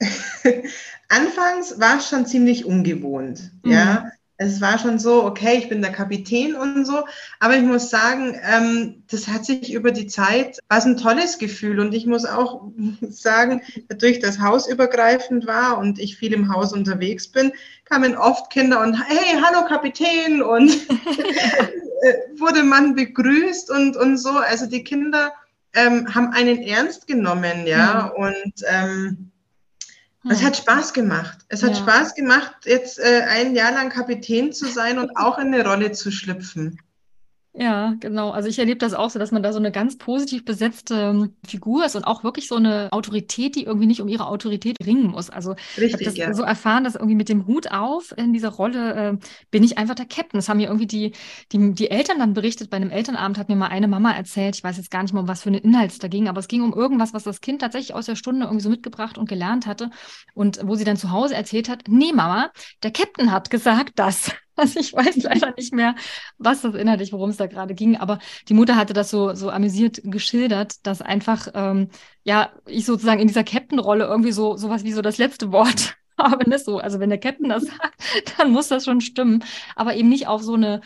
Speaker 2: Anfangs war es schon ziemlich ungewohnt, ja.
Speaker 1: Mhm.
Speaker 2: Es war schon so, okay, ich bin der Kapitän und so, aber ich muss sagen, ähm, das hat sich über die Zeit, war es ein tolles Gefühl und ich muss auch sagen, dadurch, dass hausübergreifend war und ich viel im Haus unterwegs bin, kamen oft Kinder und hey, hallo Kapitän und
Speaker 1: Ja.
Speaker 2: wurde man begrüßt und, und so, also die Kinder ähm, haben einen ernst genommen, ja,
Speaker 1: Mhm.
Speaker 2: und ähm, es
Speaker 1: Mhm.
Speaker 2: hat Spaß gemacht. Es hat
Speaker 1: Ja.
Speaker 2: Spaß gemacht, jetzt äh, ein Jahr lang Kapitän zu sein und auch in eine Rolle zu schlüpfen.
Speaker 1: Ja, genau. Also ich erlebe das auch so, dass man da so eine ganz positiv besetzte ähm, Figur ist und auch wirklich so eine Autorität, die irgendwie nicht um ihre Autorität ringen muss. Also ich habe
Speaker 2: Richtig,
Speaker 1: das
Speaker 2: ja.
Speaker 1: so erfahren, dass irgendwie mit dem Hut auf in dieser Rolle äh, bin ich einfach der Captain. Das haben mir irgendwie die, die, die Eltern dann berichtet. Bei einem Elternabend hat mir mal eine Mama erzählt, ich weiß jetzt gar nicht mehr, um was für einen Inhalt es da ging, aber es ging um irgendwas, was das Kind tatsächlich aus der Stunde irgendwie so mitgebracht und gelernt hatte. Und wo sie dann zu Hause erzählt hat, nee, Mama, der Captain hat gesagt das. Also ich weiß leider nicht mehr, was das inhaltlich, worum es da gerade ging, aber die Mutter hatte das so, so amüsiert geschildert, dass einfach, ähm, ja, ich sozusagen in dieser Captain-Rolle irgendwie so sowas wie so das letzte Wort habe, ne? So, also wenn der Captain das sagt, dann muss das schon stimmen, aber eben nicht auf so eine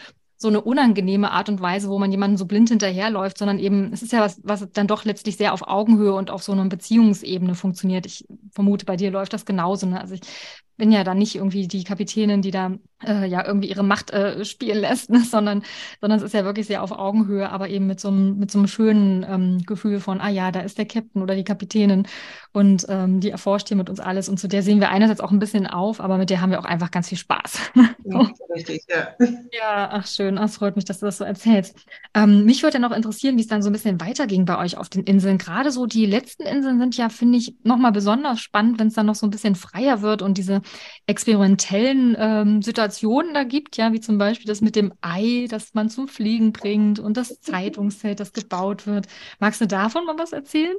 Speaker 1: so eine unangenehme Art und Weise, wo man jemanden so blind hinterherläuft, sondern eben, es ist ja was, was dann doch letztlich sehr auf Augenhöhe und auf so einer Beziehungsebene funktioniert. Ich vermute, bei dir läuft das genauso, ne? Also ich bin ja da nicht irgendwie die Kapitänin, die da äh, ja irgendwie ihre Macht äh, spielen lässt, ne? sondern, sondern es ist ja wirklich sehr auf Augenhöhe, aber eben mit so einem, mit so einem schönen ähm, Gefühl von, ah ja, da ist der Captain oder die Kapitänin und ähm, die erforscht hier mit uns alles und zu der sehen wir einerseits auch ein bisschen auf, aber mit der haben wir auch einfach ganz viel Spaß.
Speaker 2: Ja, richtig, ja.
Speaker 1: Ja, ach schön. Ach, es freut mich, dass du das so erzählst. Ähm, mich würde ja noch interessieren, wie es dann so ein bisschen weiterging bei euch auf den Inseln. Gerade so die letzten Inseln sind ja, finde ich, nochmal besonders spannend, wenn es dann noch so ein bisschen freier wird und diese experimentellen ähm, Situationen da gibt, ja, wie zum Beispiel das mit dem Ei, das man zum Fliegen bringt und das Zeitungszelt, das gebaut wird. Magst du davon mal was erzählen?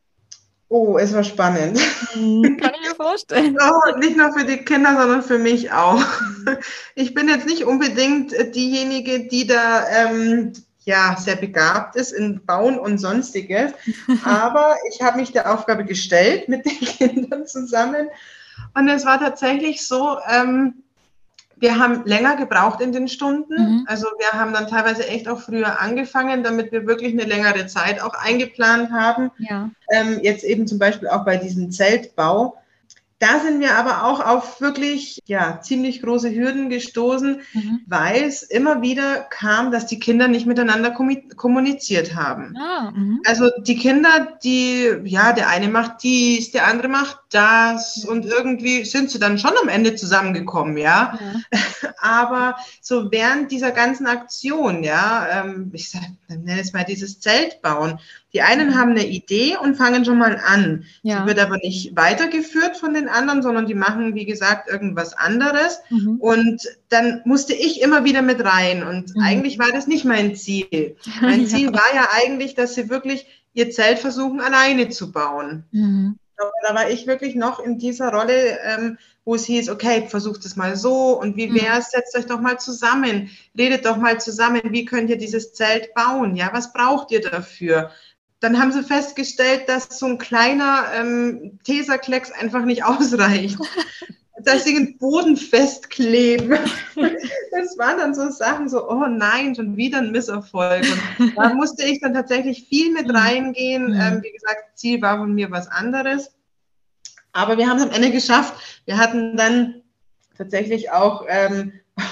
Speaker 2: Oh, es war spannend.
Speaker 1: Hm, kann ich mir vorstellen.
Speaker 2: Oh, nicht nur für die Kinder, sondern für mich auch. Ich bin jetzt nicht unbedingt diejenige, die da ähm, ja, sehr begabt ist in Bauen und Sonstiges, aber ich habe mich der Aufgabe gestellt mit den Kindern zusammen und es war tatsächlich so, ähm, wir haben länger gebraucht in den Stunden. Mhm. Also wir haben dann teilweise echt auch früher angefangen, damit wir wirklich eine längere Zeit auch eingeplant haben.
Speaker 1: Ja.
Speaker 2: Ähm, jetzt eben zum Beispiel auch bei diesem Zeltbau. Da sind wir aber auch auf wirklich ja, ziemlich große Hürden gestoßen, mhm. weil es immer wieder kam, dass die Kinder nicht miteinander kommuniziert haben. Ah, also die Kinder, die, ja, der eine macht dies, der andere macht das und irgendwie sind sie dann schon am Ende zusammengekommen, ja. ja. Aber so während dieser ganzen Aktion, ja, ähm, ich sag, nenne es mal dieses Zeltbauen, die einen mhm. haben eine Idee und fangen schon mal an. Ja. Sie wird aber nicht weitergeführt von den anderen, sondern die machen, wie gesagt, irgendwas anderes. Mhm. Und dann musste ich immer wieder mit rein. Und mhm. eigentlich war das nicht mein Ziel. Mein ja. Ziel war ja eigentlich, dass sie wirklich ihr Zelt versuchen, alleine zu bauen. Mhm. Aber da war ich wirklich noch in dieser Rolle, ähm, wo es hieß, okay, versucht es mal so und wie wär's, setzt euch doch mal zusammen, redet doch mal zusammen, wie könnt ihr dieses Zelt bauen, ja, was braucht ihr dafür? Dann haben sie festgestellt, dass so ein kleiner ähm, Teserklecks einfach nicht ausreicht. Dass sie den Boden festkleben. Das waren dann so Sachen, so, oh nein, schon wieder ein Misserfolg. Und da musste ich dann tatsächlich viel mit reingehen. Mhm. Ähm, wie gesagt, Ziel war von mir was anderes. Aber wir haben es am Ende geschafft. Wir hatten dann tatsächlich auch ähm,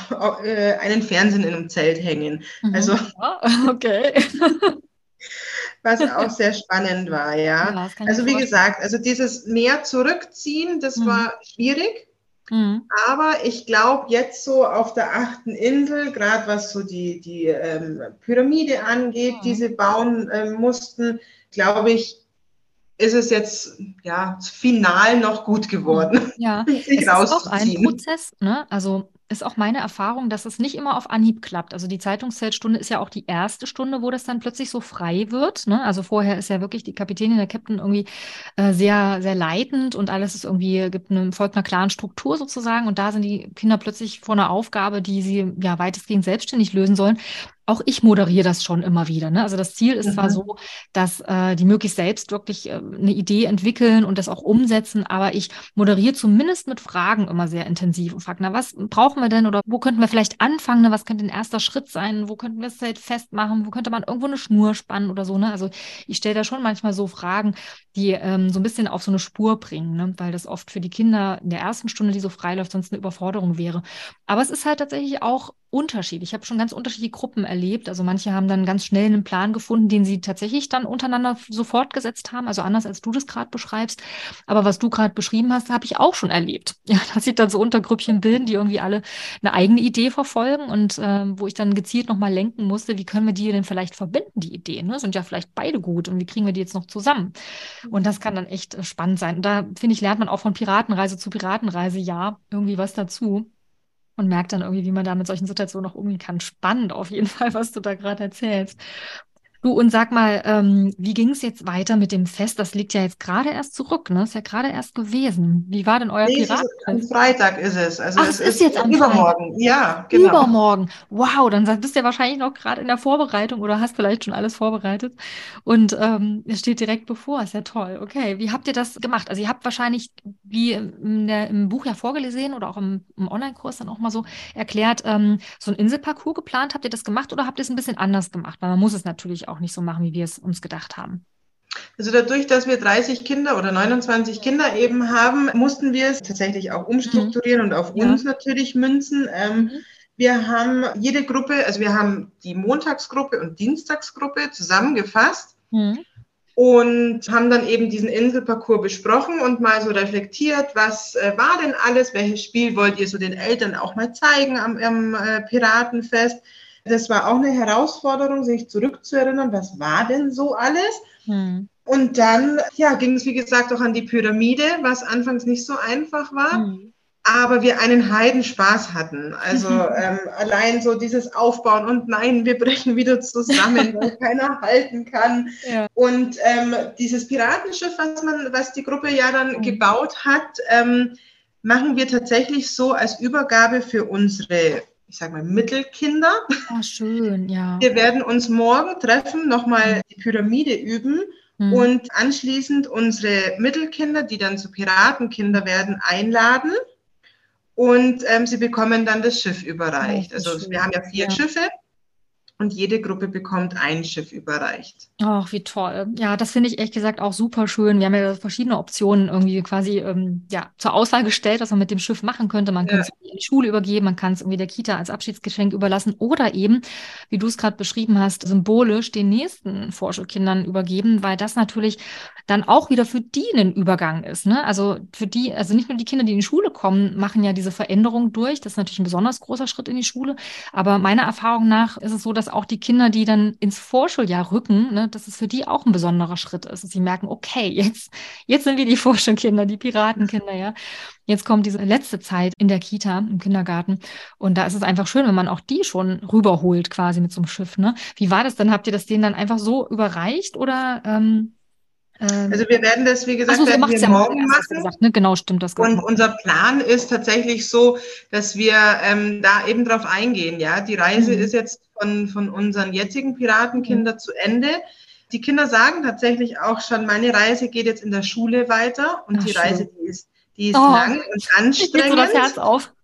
Speaker 2: einen Fernsehen in einem Zelt hängen. Mhm. Also,
Speaker 1: okay.
Speaker 2: Was auch sehr spannend war, ja. ja also wie gesagt, also dieses mehr zurückziehen, das mhm. war schwierig. Mhm. Aber ich glaube, jetzt so auf der achten Insel, gerade was so die, die ähm, Pyramide angeht, mhm. die sie bauen ähm, mussten, glaube ich, ist es jetzt ja final noch gut geworden.
Speaker 1: Ja, es ist auch ein Prozess, ne? Also ist auch meine Erfahrung, dass es nicht immer auf Anhieb klappt. Also die Zeitungszeltstunde ist ja auch die erste Stunde, wo das dann plötzlich so frei wird, ne? Also vorher ist ja wirklich die Kapitänin, der Captain irgendwie äh, sehr, sehr leitend und alles ist irgendwie, gibt eine, folgt einer klaren Struktur sozusagen und da sind die Kinder plötzlich vor einer Aufgabe, die sie ja weitestgehend selbstständig lösen sollen. Auch ich moderiere das schon immer wieder. Ne? Also das Ziel ist mhm. zwar so, dass äh, die möglichst selbst wirklich äh, eine Idee entwickeln und das auch umsetzen, aber ich moderiere zumindest mit Fragen immer sehr intensiv und frage, na, was brauchen wir denn oder wo könnten wir vielleicht anfangen? Ne? Was könnte ein erster Schritt sein? Wo könnten wir es halt festmachen? Wo könnte man irgendwo eine Schnur spannen oder so? Ne? Also ich stelle da schon manchmal so Fragen, die ähm, so ein bisschen auf so eine Spur bringen, ne? Weil das oft für die Kinder in der ersten Stunde, die so frei läuft, sonst eine Überforderung wäre. Aber es ist halt tatsächlich auch Unterschied. Ich habe schon ganz unterschiedliche Gruppen erlebt. Also manche haben dann ganz schnell einen Plan gefunden, den sie tatsächlich dann untereinander so fortgesetzt haben. Also anders, als du das gerade beschreibst. Aber was du gerade beschrieben hast, habe ich auch schon erlebt. Ja, dass sich dann so Untergrüppchen bilden, die irgendwie alle eine eigene Idee verfolgen und äh, wo ich dann gezielt nochmal lenken musste, wie können wir die denn vielleicht verbinden, die Ideen? Ne? Sind ja vielleicht beide gut und wie kriegen wir die jetzt noch zusammen? Und das kann dann echt äh, spannend sein. Und da, finde ich, lernt man auch von Piratenreise zu Piratenreise ja irgendwie was dazu. Und merkt dann irgendwie, wie man da mit solchen Situationen auch umgehen kann. Spannend auf jeden Fall, was du da gerade erzählst. Du, und sag mal, ähm, wie ging es jetzt weiter mit dem Fest? Das liegt ja jetzt gerade erst zurück, ne? Ist ja gerade erst gewesen. Wie war denn euer
Speaker 2: Nee, es ist, am
Speaker 1: Piratenfest?
Speaker 2: Freitag ist es. Also
Speaker 1: Ach,
Speaker 2: es
Speaker 1: es ist
Speaker 2: ist
Speaker 1: jetzt am Freitag.
Speaker 2: übermorgen. Ja, genau.
Speaker 1: Übermorgen. Wow, dann bist du ja wahrscheinlich noch gerade in der Vorbereitung oder hast vielleicht schon alles vorbereitet. Und ähm, es steht direkt bevor. Ist ja toll. Okay, wie habt ihr das gemacht? Also ihr habt wahrscheinlich, wie in der, im Buch ja vorgelesen oder auch im, im Online-Kurs dann auch mal so erklärt, ähm, so ein Inselparcours geplant. Habt ihr das gemacht oder habt ihr es ein bisschen anders gemacht? Weil man muss es natürlich auch nicht so machen, wie wir es uns gedacht haben.
Speaker 2: Also dadurch, dass wir dreißig Kinder oder neunundzwanzig Kinder eben haben, mussten wir es tatsächlich auch
Speaker 1: Mhm.
Speaker 2: umstrukturieren und auf
Speaker 1: Ja.
Speaker 2: uns natürlich münzen. Ähm,
Speaker 1: Mhm.
Speaker 2: wir haben jede Gruppe, also wir haben die Montagsgruppe und Dienstagsgruppe zusammengefasst
Speaker 1: Mhm.
Speaker 2: und haben dann eben diesen Inselparcours besprochen und mal so reflektiert, was äh, war denn alles, welches Spiel wollt ihr so den Eltern auch mal zeigen am, am äh, Piratenfest. Das war auch eine Herausforderung, sich zurückzuerinnern, was war denn so alles?
Speaker 1: Mhm.
Speaker 2: Und dann ja, ging es, wie gesagt, auch an die Pyramide, was anfangs nicht so einfach war,
Speaker 1: Mhm.
Speaker 2: aber wir einen Heidenspaß hatten. Also ähm, allein so dieses Aufbauen und nein, wir brechen wieder zusammen, weil keiner halten kann.
Speaker 1: Ja.
Speaker 2: Und ähm, dieses Piratenschiff, was, man, was die Gruppe ja dann
Speaker 1: Mhm.
Speaker 2: gebaut hat, ähm, machen wir tatsächlich so als Übergabe für unsere, ich sage mal, Mittelkinder.
Speaker 1: Oh, schön, ja.
Speaker 2: Wir werden uns morgen treffen, nochmal die Pyramide üben
Speaker 1: Mhm.
Speaker 2: und anschließend unsere Mittelkinder, die dann zu Piratenkinder werden, einladen und ähm, sie bekommen dann das Schiff
Speaker 1: Oh,
Speaker 2: überreicht.
Speaker 1: wie
Speaker 2: Also wir
Speaker 1: schön.
Speaker 2: haben ja vier
Speaker 1: Ja.
Speaker 2: Schiffe und jede Gruppe bekommt ein Schiff überreicht.
Speaker 1: Ach, wie toll. Ja, das finde ich ehrlich gesagt auch super schön. Wir haben ja verschiedene Optionen irgendwie quasi ähm, ja, zur Auswahl gestellt, was man mit dem Schiff machen könnte. Man könnte
Speaker 2: Ja,
Speaker 1: es in die Schule übergeben, man kann es irgendwie der Kita als Abschiedsgeschenk überlassen oder eben, wie du es gerade beschrieben hast, symbolisch den nächsten Vorschulkindern übergeben, weil das natürlich dann auch wieder für die ein Übergang ist. Ne? Also für die, also nicht nur die Kinder, die in die Schule kommen, machen ja diese Veränderung durch. Das ist natürlich ein besonders großer Schritt in die Schule. Aber meiner Erfahrung nach ist es so, dass auch die Kinder, die dann ins Vorschuljahr rücken, ne, dass es für die auch ein besonderer Schritt ist, dass sie merken, okay, jetzt, jetzt sind wir die Vorschulkinder, die Piratenkinder, ja. Jetzt kommt diese letzte Zeit in der Kita, im Kindergarten. Und da ist es einfach schön, wenn man auch die schon rüberholt, quasi mit so einem Schiff, ne? Wie war das denn? Habt ihr das denen dann einfach so überreicht oder ähm,
Speaker 2: also
Speaker 1: ähm,
Speaker 2: wir werden das, wie
Speaker 1: ach so,
Speaker 2: gesagt,
Speaker 1: so
Speaker 2: werden
Speaker 1: macht's
Speaker 2: wir
Speaker 1: ja morgen
Speaker 2: morgen
Speaker 1: erst, hast du
Speaker 2: machen.
Speaker 1: gesagt, ne? Genau, stimmt das gerade.
Speaker 2: Und unser Plan ist tatsächlich so, dass wir ähm, da eben drauf eingehen. Ja, die Reise
Speaker 1: Mhm.
Speaker 2: ist jetzt von, von unseren jetzigen
Speaker 1: Mhm.
Speaker 2: Piratenkindern zu Ende. Die Kinder sagen tatsächlich auch schon, meine Reise geht jetzt in der Schule weiter und
Speaker 1: Ach,
Speaker 2: die Reise,
Speaker 1: schön.
Speaker 2: die ist, die ist
Speaker 1: Oh,
Speaker 2: lang und
Speaker 1: mir geht so das Herz
Speaker 2: anstrengend.
Speaker 1: auf.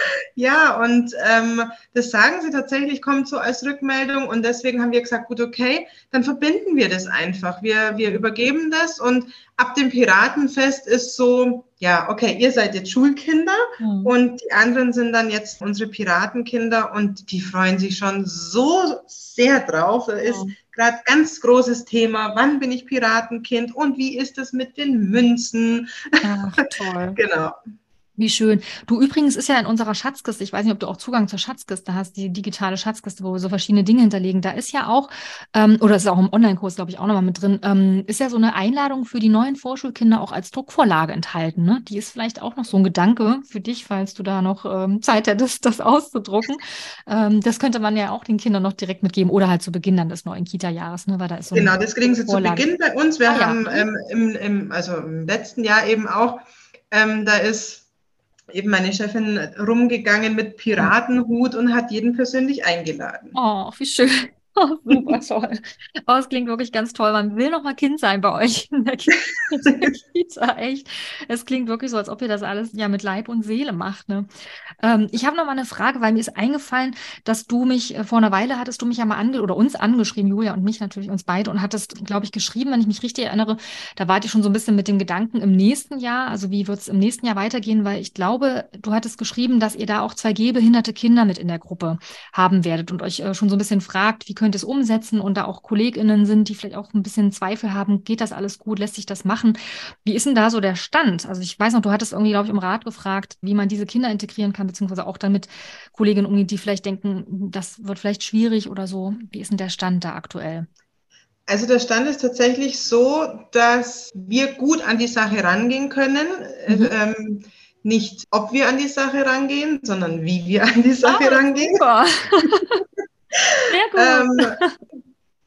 Speaker 2: Ja, und ähm, das sagen sie tatsächlich, kommt so als Rückmeldung. Und deswegen haben wir gesagt, gut, okay, dann verbinden wir das einfach. Wir, wir übergeben das und ab dem Piratenfest ist so, ja, okay, ihr seid jetzt Schulkinder
Speaker 1: Mhm.
Speaker 2: und die anderen sind dann jetzt unsere Piratenkinder und die freuen sich schon so sehr drauf. Da ist
Speaker 1: Ja.
Speaker 2: gerade ganz großes Thema, wann bin ich Piratenkind und wie ist es mit den Münzen?
Speaker 1: Ach, toll.
Speaker 2: Genau.
Speaker 1: Wie schön. Du, übrigens ist ja in unserer Schatzkiste, ich weiß nicht, ob du auch Zugang zur Schatzkiste hast, die digitale Schatzkiste, wo wir so verschiedene Dinge hinterlegen. Da ist ja auch, ähm, oder ist auch im Online-Kurs, glaube ich, auch nochmal mit drin, ähm, ist ja so eine Einladung für die neuen Vorschulkinder auch als Druckvorlage enthalten. Ne? Die ist vielleicht auch noch so ein Gedanke für dich, falls du da noch ähm, Zeit hättest, das auszudrucken. Ähm, das könnte man ja auch den Kindern noch direkt mitgeben oder halt zu Beginn dann des neuen Kita-Jahres, ne? Weil da ist so eine
Speaker 2: Genau, das kriegen Sie zu
Speaker 1: Druckvorlage.
Speaker 2: Beginn bei uns. Wir
Speaker 1: Ah ja.
Speaker 2: haben
Speaker 1: Mhm.
Speaker 2: ähm, im, im, also im letzten Jahr eben auch, ähm, da ist eben meine Chefin rumgegangen mit
Speaker 1: Mhm.
Speaker 2: Piratenhut und hat jeden persönlich eingeladen.
Speaker 1: Oh, wie schön. Oh, super toll. Oh, es klingt wirklich ganz toll. Man will noch mal Kind sein bei euch in der, Ki- in der Kita, echt. Es klingt wirklich so, als ob ihr das alles ja mit Leib und Seele macht, ne? Ähm, ich habe noch mal eine Frage, weil mir ist eingefallen, dass du mich äh, vor einer Weile hattest du mich ja mal ange oder uns angeschrieben, Julia und mich natürlich, uns beide, und hattest, glaube ich, geschrieben, wenn ich mich richtig erinnere, da wart ihr schon so ein bisschen mit dem Gedanken im nächsten Jahr, also wie wird es im nächsten Jahr weitergehen, weil ich glaube, du hattest geschrieben, dass ihr da auch zwei gehbehinderte Kinder mit in der Gruppe haben werdet und euch äh, schon so ein bisschen fragt, wie könnt ihr es umsetzen und da auch KollegInnen sind, die vielleicht auch ein bisschen Zweifel haben, geht das alles gut, lässt sich das machen? Wie ist denn da so der Stand? Also ich weiß noch, du hattest irgendwie, glaube ich, im Rat gefragt, wie man diese Kinder integrieren kann, beziehungsweise auch dann mit Kolleginnen umgehen, die vielleicht denken, das wird vielleicht schwierig oder so. Wie ist denn der Stand da aktuell?
Speaker 2: Also der Stand ist tatsächlich so, dass wir gut an die Sache rangehen können.
Speaker 1: Mhm.
Speaker 2: Ähm, nicht, ob wir an die Sache rangehen, sondern wie wir an die Sache
Speaker 1: Ah,
Speaker 2: rangehen.
Speaker 1: super. Sehr gut.
Speaker 2: Ähm,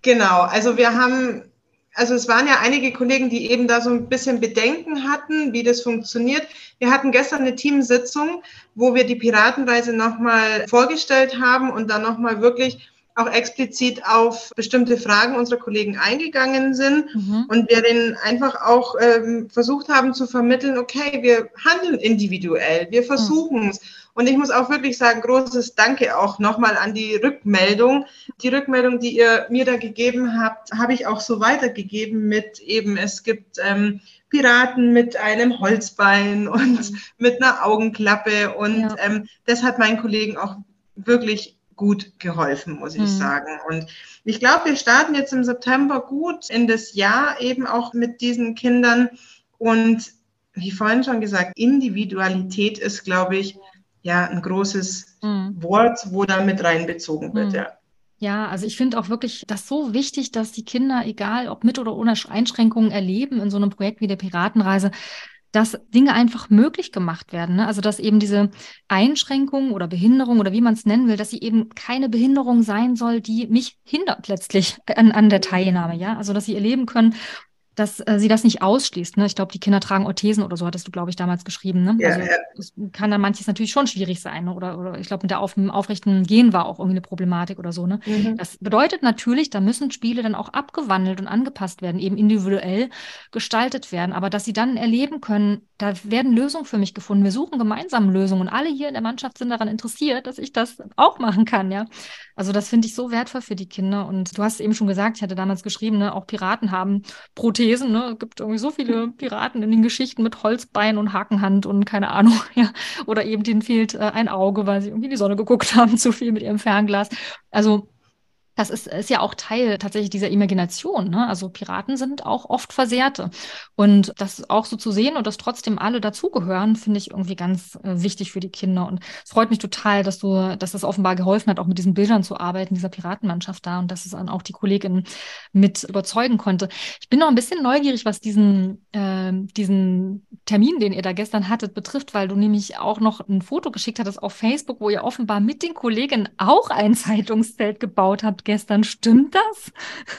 Speaker 2: Genau, also wir haben, also es waren ja einige Kollegen, die eben da so ein bisschen Bedenken hatten, wie das funktioniert. Wir hatten gestern eine Teamsitzung, wo wir die Piratenreise nochmal vorgestellt haben und dann nochmal wirklich auch explizit auf bestimmte Fragen unserer Kollegen eingegangen sind mhm. und wir denen einfach auch ähm, versucht haben zu vermitteln, okay, wir handeln individuell, wir versuchen es. Mhm. Und ich muss auch wirklich sagen, großes Danke auch nochmal an die Rückmeldung. Die Rückmeldung, die ihr mir da gegeben habt, habe ich auch so weitergegeben mit eben, es gibt ähm, Piraten mit einem Holzbein und mhm. mit einer Augenklappe und ja. ähm, das hat meinen Kollegen auch wirklich gut geholfen, muss ich mhm. sagen. Und ich glaube, wir starten jetzt im September gut in das Jahr eben auch mit diesen Kindern. Und wie vorhin schon gesagt, Individualität ist, glaube ich, ja ein großes mhm. Wort, wo da mit reinbezogen wird, mhm. ja.
Speaker 1: Ja, also ich finde auch wirklich das so wichtig, dass die Kinder, egal ob mit oder ohne Einschränkungen, erleben in so einem Projekt wie der Piratenreise, dass Dinge einfach möglich gemacht werden. Ne? Also dass eben diese Einschränkung oder Behinderung oder wie man es nennen will, dass sie eben keine Behinderung sein soll, die mich hindert letztlich an, an der Teilnahme. Ja, also dass sie erleben können, dass äh, sie das nicht ausschließt. Ne? Ich glaube, die Kinder tragen Orthesen oder so, hattest du, glaube ich, damals geschrieben. Ne? Ja, also ja. Das kann dann manches natürlich schon schwierig sein. Ne? Oder, oder ich glaube, mit der auf, aufrechten Gehen war auch irgendwie eine Problematik oder so. Ne? Mhm. Das bedeutet natürlich, da müssen Spiele dann auch abgewandelt und angepasst werden, eben individuell gestaltet werden. Aber dass sie dann erleben können, da werden Lösungen für mich gefunden. Wir suchen gemeinsam Lösungen und alle hier in der Mannschaft sind daran interessiert, dass ich das auch machen kann. Ja, also das finde ich so wertvoll für die Kinder. Und du hast eben schon gesagt, ich hatte damals geschrieben, ne, auch Piraten haben Prothesen. Ne? Es gibt irgendwie so viele Piraten in den Geschichten mit Holzbein und Hakenhand und keine Ahnung. Ja. Oder eben denen fehlt äh, ein Auge, weil sie irgendwie in die Sonne geguckt haben, zu viel mit ihrem Fernglas. Also das ist, ist ja auch Teil tatsächlich dieser Imagination. Ne? Also Piraten sind auch oft Versehrte. Und das auch so zu sehen und dass trotzdem alle dazugehören, finde ich irgendwie ganz äh, wichtig für die Kinder. Und es freut mich total, dass du, dass das offenbar geholfen hat, auch mit diesen Bildern zu arbeiten, dieser Piratenmannschaft da und dass es dann auch die Kollegin mit überzeugen konnte. Ich bin noch ein bisschen neugierig, was diesen, äh, diesen Termin, den ihr da gestern hattet, betrifft, weil du nämlich auch noch ein Foto geschickt hattest auf Facebook, wo ihr offenbar mit den Kolleginnen auch ein Zeitungszelt gebaut habt gestern. Stimmt das?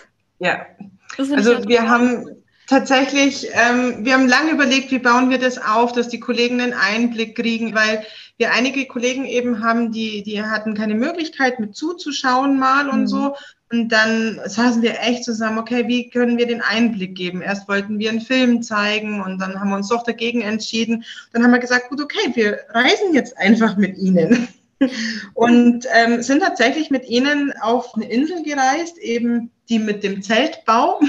Speaker 2: Ja, das also ja wir haben tatsächlich, ähm, wir haben lange überlegt, wie bauen wir das auf, dass die Kollegen einen Einblick kriegen, weil wir einige Kollegen eben haben, die, die hatten keine Möglichkeit mit zuzuschauen mal und mhm. so. Und dann saßen wir echt zusammen, okay, wie können wir den Einblick geben? Erst wollten wir einen Film zeigen und dann haben wir uns doch dagegen entschieden. Dann haben wir gesagt, gut, okay, wir reisen jetzt einfach mit ihnen. Und ähm, sind tatsächlich mit ihnen auf eine Insel gereist, eben die mit dem Zeltbau,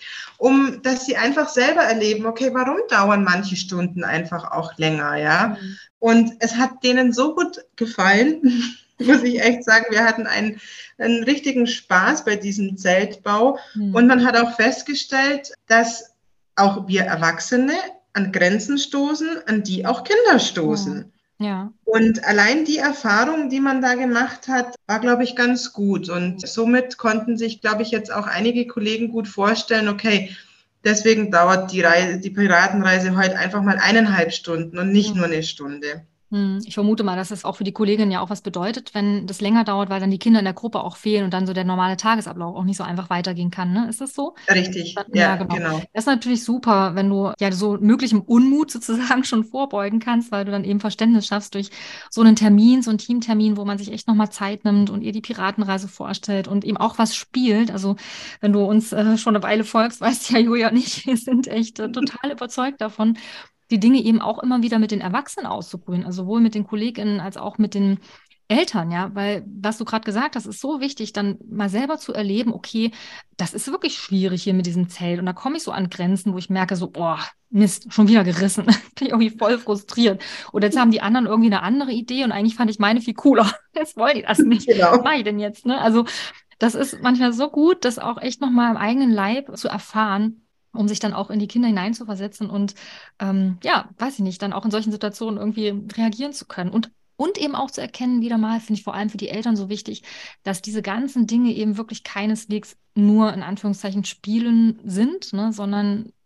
Speaker 2: um dass sie einfach selber erleben, okay, warum dauern manche Stunden einfach auch länger, ja? Mhm. Und es hat denen so gut gefallen, muss ich echt sagen. Wir hatten einen, einen richtigen Spaß bei diesem Zeltbau. Mhm. Und man hat auch festgestellt, dass auch wir Erwachsene an Grenzen stoßen, an die auch Kinder stoßen. Mhm. Ja. Und allein die Erfahrung, die man da gemacht hat, war, glaube ich, ganz gut. Und somit konnten sich, glaube ich, jetzt auch einige Kollegen gut vorstellen, okay, deswegen dauert die Reise, die Piratenreise heute einfach mal eineinhalb Stunden und nicht nur eine Stunde.
Speaker 1: Ich vermute mal, dass es auch für die Kolleginnen ja auch was bedeutet, wenn das länger dauert, weil dann die Kinder in der Gruppe auch fehlen und dann so der normale Tagesablauf auch nicht so einfach weitergehen kann. Ne? Ist das so?
Speaker 2: Richtig,
Speaker 1: ja, ja genau. genau. Das ist natürlich super, wenn du ja so möglichem Unmut sozusagen schon vorbeugen kannst, weil du dann eben Verständnis schaffst durch so einen Termin, so einen Teamtermin, wo man sich echt nochmal Zeit nimmt und ihr die Piratenreise vorstellt und eben auch was spielt. Also wenn du uns äh, schon eine Weile folgst, weißt ja Julia und ich, wir sind echt äh, total überzeugt davon, die Dinge eben auch immer wieder mit den Erwachsenen auszuprobieren, also sowohl mit den KollegInnen als auch mit den Eltern, ja, weil was du gerade gesagt hast, ist so wichtig, dann mal selber zu erleben, okay, das ist wirklich schwierig hier mit diesem Zelt und da komme ich so an Grenzen, wo ich merke so, boah, Mist, schon wieder gerissen, bin ich irgendwie voll frustriert oder jetzt haben die anderen irgendwie eine andere Idee und eigentlich fand ich meine viel cooler, jetzt wollen die das nicht, genau. Was mache ich denn jetzt, ne, also das ist manchmal so gut, das auch echt nochmal im eigenen Leib zu erfahren, um sich dann auch in die Kinder hineinzuversetzen und ähm, ja, weiß ich nicht, dann auch in solchen Situationen irgendwie reagieren zu können. Und, und eben auch zu erkennen, wieder mal, finde ich vor allem für die Eltern so wichtig, dass diese ganzen Dinge eben wirklich keineswegs nur in Anführungszeichen Spielen sind, ne, sondern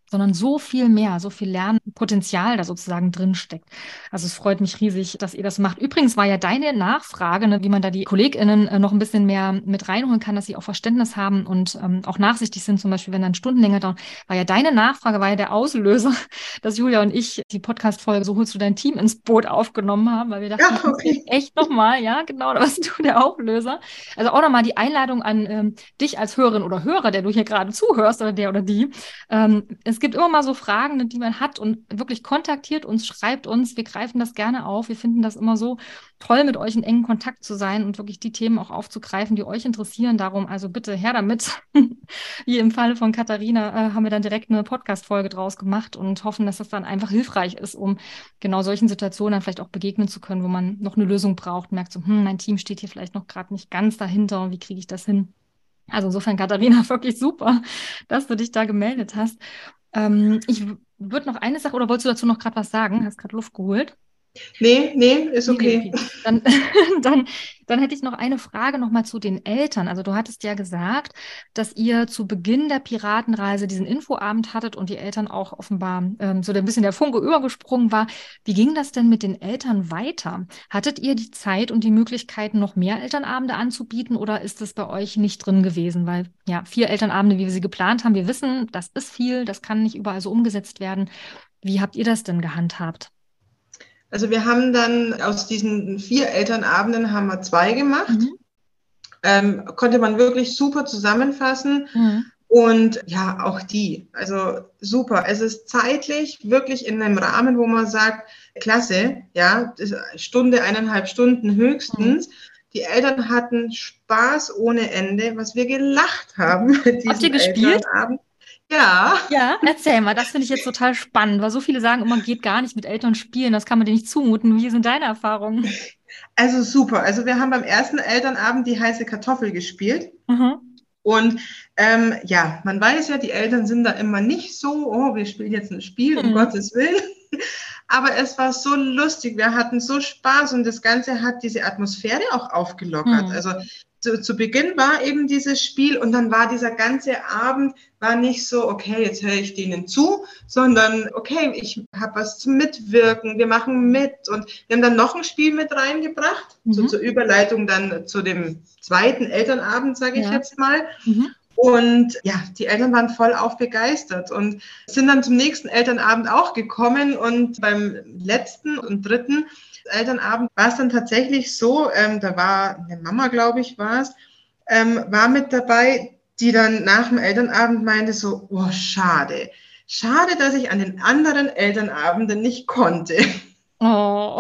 Speaker 1: sondern so viel mehr, so viel Lernpotenzial da sozusagen drin steckt. Also es freut mich riesig, dass ihr das macht. Übrigens war ja deine Nachfrage, ne, wie man da die KollegInnen äh, noch ein bisschen mehr mit reinholen kann, dass sie auch Verständnis haben und ähm, auch nachsichtig sind, zum Beispiel, wenn dann Stunden länger dauern, war ja deine Nachfrage, war ja der Auslöser, dass Julia und ich die Podcast-Folge "So holst du dein Team ins Boot" aufgenommen haben, weil wir dachten,
Speaker 2: Ja,
Speaker 1: das ist jetzt
Speaker 2: okay.
Speaker 1: echt nochmal, ja, genau, da warst du der Auflöser. Also auch nochmal die Einladung an ähm, dich als Hörerin oder Hörer, der du hier gerade zuhörst oder der oder die. Ähm, es gibt immer mal so Fragen, die man hat und wirklich kontaktiert uns, schreibt uns. Wir greifen das gerne auf. Wir finden das immer so toll, mit euch in engen Kontakt zu sein und wirklich die Themen auch aufzugreifen, die euch interessieren. Darum also bitte her damit. Wie im Falle von Katharina äh, haben wir dann direkt eine Podcast-Folge draus gemacht und hoffen, dass das dann einfach hilfreich ist, um genau solchen Situationen dann vielleicht auch begegnen zu können, wo man noch eine Lösung braucht, merkt so, hm, mein Team steht hier vielleicht noch gerade nicht ganz dahinter. Wie kriege ich das hin? Also insofern, Katharina, wirklich super, dass du dich da gemeldet hast. Ähm, ich würde noch eine Sache, oder wolltest du dazu noch gerade was sagen? Hast gerade Luft geholt?
Speaker 2: Nee, nee, ist
Speaker 1: Nee, nee,
Speaker 2: okay.
Speaker 1: okay. Dann, dann, dann hätte ich noch eine Frage nochmal zu den Eltern. Also du hattest ja gesagt, dass ihr zu Beginn der Piratenreise diesen Infoabend hattet und die Eltern auch offenbar ähm, so ein bisschen der Funke übergesprungen war. Wie ging das denn mit den Eltern weiter? Hattet ihr die Zeit und die Möglichkeiten, noch mehr Elternabende anzubieten oder ist das bei euch nicht drin gewesen? Weil ja, vier Elternabende, wie wir sie geplant haben, wir wissen, das ist viel, das kann nicht überall so umgesetzt werden. Wie habt ihr das denn gehandhabt?
Speaker 2: Also wir haben dann aus diesen vier Elternabenden haben wir zwei gemacht.
Speaker 1: Mhm.
Speaker 2: Ähm, konnte man wirklich super zusammenfassen.
Speaker 1: Mhm.
Speaker 2: Und ja, auch die. Also super. Es ist zeitlich wirklich in einem Rahmen, wo man sagt, klasse, ja, Stunde, eineinhalb Stunden höchstens.
Speaker 1: Mhm.
Speaker 2: Die Eltern hatten Spaß ohne Ende, was wir gelacht haben mit
Speaker 1: Habt ihr
Speaker 2: diesem
Speaker 1: gespielt?
Speaker 2: Elternabend. Ja.
Speaker 1: Ja, erzähl mal, das finde ich jetzt total spannend, weil so viele sagen immer, geht gar nicht mit Eltern spielen, das kann man dir nicht zumuten. Wie sind deine Erfahrungen?
Speaker 2: Also super. Also wir haben beim ersten Elternabend die heiße Kartoffel gespielt.
Speaker 1: Mhm.
Speaker 2: Und ähm, ja, man weiß ja, die Eltern sind da immer nicht so, oh, wir spielen jetzt ein Spiel, um
Speaker 1: Mhm.
Speaker 2: Gottes Willen. Aber es war so lustig, wir hatten so Spaß und das Ganze hat diese Atmosphäre auch aufgelockert.
Speaker 1: Mhm.
Speaker 2: Also zu, zu Beginn war eben dieses Spiel und dann war dieser ganze Abend, war nicht so, okay, jetzt höre ich denen zu, sondern okay, ich habe was zum Mitwirken, wir machen mit und wir haben dann noch ein Spiel mit reingebracht, so
Speaker 1: Mhm.
Speaker 2: zur Überleitung dann zu dem zweiten Elternabend, sage ich
Speaker 1: Ja.
Speaker 2: jetzt mal.
Speaker 1: Mhm.
Speaker 2: Und ja, die Eltern waren voll auf begeistert und sind dann zum nächsten Elternabend auch gekommen. Und beim letzten und dritten Elternabend war es dann tatsächlich so, ähm, da war eine Mama, glaube ich, war es, ähm, war mit dabei, die dann nach dem Elternabend meinte so, oh, schade. Schade, dass ich an den anderen Elternabenden nicht konnte.
Speaker 1: Oh,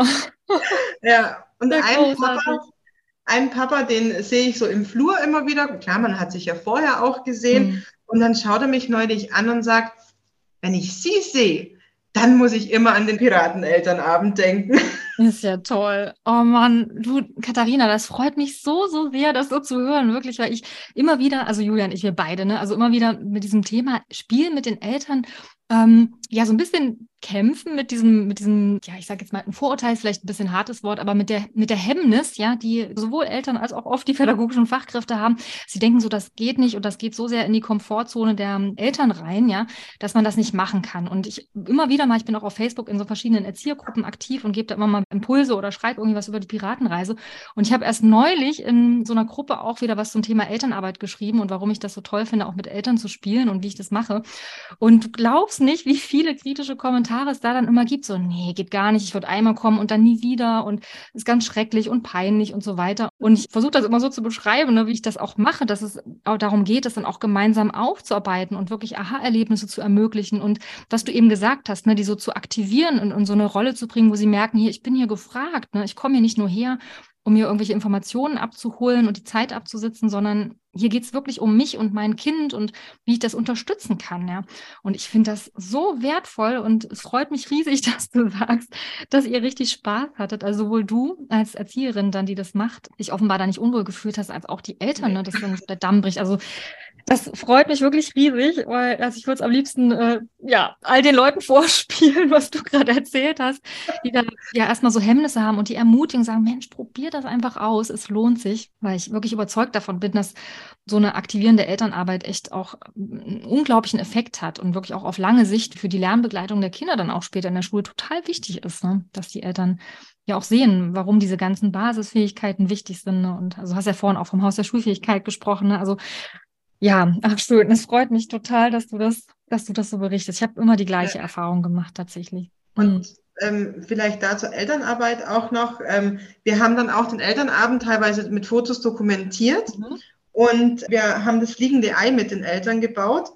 Speaker 2: Ja, und
Speaker 1: sehr
Speaker 2: ein
Speaker 1: großartig.
Speaker 2: Papa, ein Papa, den sehe ich so im Flur immer wieder. Klar, man hat sich ja vorher auch gesehen.
Speaker 1: Mhm.
Speaker 2: Und dann schaut er mich neulich an und sagt, wenn ich Sie sehe, dann muss ich immer an den Piratenelternabend denken.
Speaker 1: Ist ja toll. Oh Mann, du, Katharina, das freut mich so, so sehr, das so zu hören, wirklich, weil ich immer wieder, also Julian, ich, wir beide, ne, also immer wieder mit diesem Thema Spielen mit den Eltern, ähm, ja, so ein bisschen kämpfen mit diesem, mit diesem, ja, ich sage jetzt mal ein Vorurteil, ist vielleicht ein bisschen hartes Wort, aber mit der, mit der Hemmnis, ja, die sowohl Eltern als auch oft die pädagogischen Fachkräfte haben. Sie denken so, das geht nicht und das geht so sehr in die Komfortzone der Eltern rein, ja, dass man das nicht machen kann. Und ich immer wieder mal, ich bin auch auf Facebook in so verschiedenen Erziehergruppen aktiv und gebe da immer mal Impulse oder schreibe irgendwie was über die Piratenreise. Und ich habe erst neulich in so einer Gruppe auch wieder was zum Thema Elternarbeit geschrieben und warum ich das so toll finde, auch mit Eltern zu spielen und wie ich das mache. Und du glaubst nicht, wie viele kritische Kommentare es da dann immer gibt. So, nee, geht gar nicht, ich würde einmal kommen und dann nie wieder und ist ganz schrecklich und peinlich und so weiter. Und ich versuche das immer so zu beschreiben, ne, wie ich das auch mache, dass es auch darum geht, das dann auch gemeinsam aufzuarbeiten und wirklich Aha-Erlebnisse zu ermöglichen und was du eben gesagt hast, ne, die so zu aktivieren und in so eine Rolle zu bringen, wo sie merken, hier, ich bin hier gefragt, ne, ich komme hier nicht nur her, um mir irgendwelche Informationen abzuholen und die Zeit abzusitzen, sondern hier geht es wirklich um mich und mein Kind und wie ich das unterstützen kann, ja. Und ich finde das so wertvoll und es freut mich riesig, dass du sagst, dass ihr richtig Spaß hattet. Also sowohl du als Erzieherin dann, die das macht, dich offenbar da nicht unwohl gefühlt hast, als auch die Eltern,
Speaker 2: Nee.
Speaker 1: ne, dass dann so der Damm bricht. Also das freut mich wirklich riesig, weil also ich würde es am liebsten äh, ja, all den Leuten vorspielen, was du gerade erzählt hast, die da ja erstmal so Hemmnisse haben und die ermutigen, sagen, Mensch, probier das einfach aus, es lohnt sich, weil ich wirklich überzeugt davon bin, dass so eine aktivierende Elternarbeit echt auch einen unglaublichen Effekt hat und wirklich auch auf lange Sicht für die Lernbegleitung der Kinder dann auch später in der Schule total wichtig ist, ne? Dass die Eltern ja auch sehen, warum diese ganzen Basisfähigkeiten wichtig sind. Ne? Und also hast ja vorhin auch vom Haus der Schulfähigkeit gesprochen. Ne? Also ja, absolut. Und es freut mich total, dass du das, dass du das so berichtest. Ich habe immer die gleiche
Speaker 2: Ja.
Speaker 1: Erfahrung gemacht, tatsächlich.
Speaker 2: Und
Speaker 1: Mhm.
Speaker 2: ähm, vielleicht da zur Elternarbeit auch noch. Ähm, wir haben dann auch den Elternabend teilweise mit Fotos dokumentiert.
Speaker 1: Mhm.
Speaker 2: Und wir haben das fliegende Ei mit den Eltern gebaut,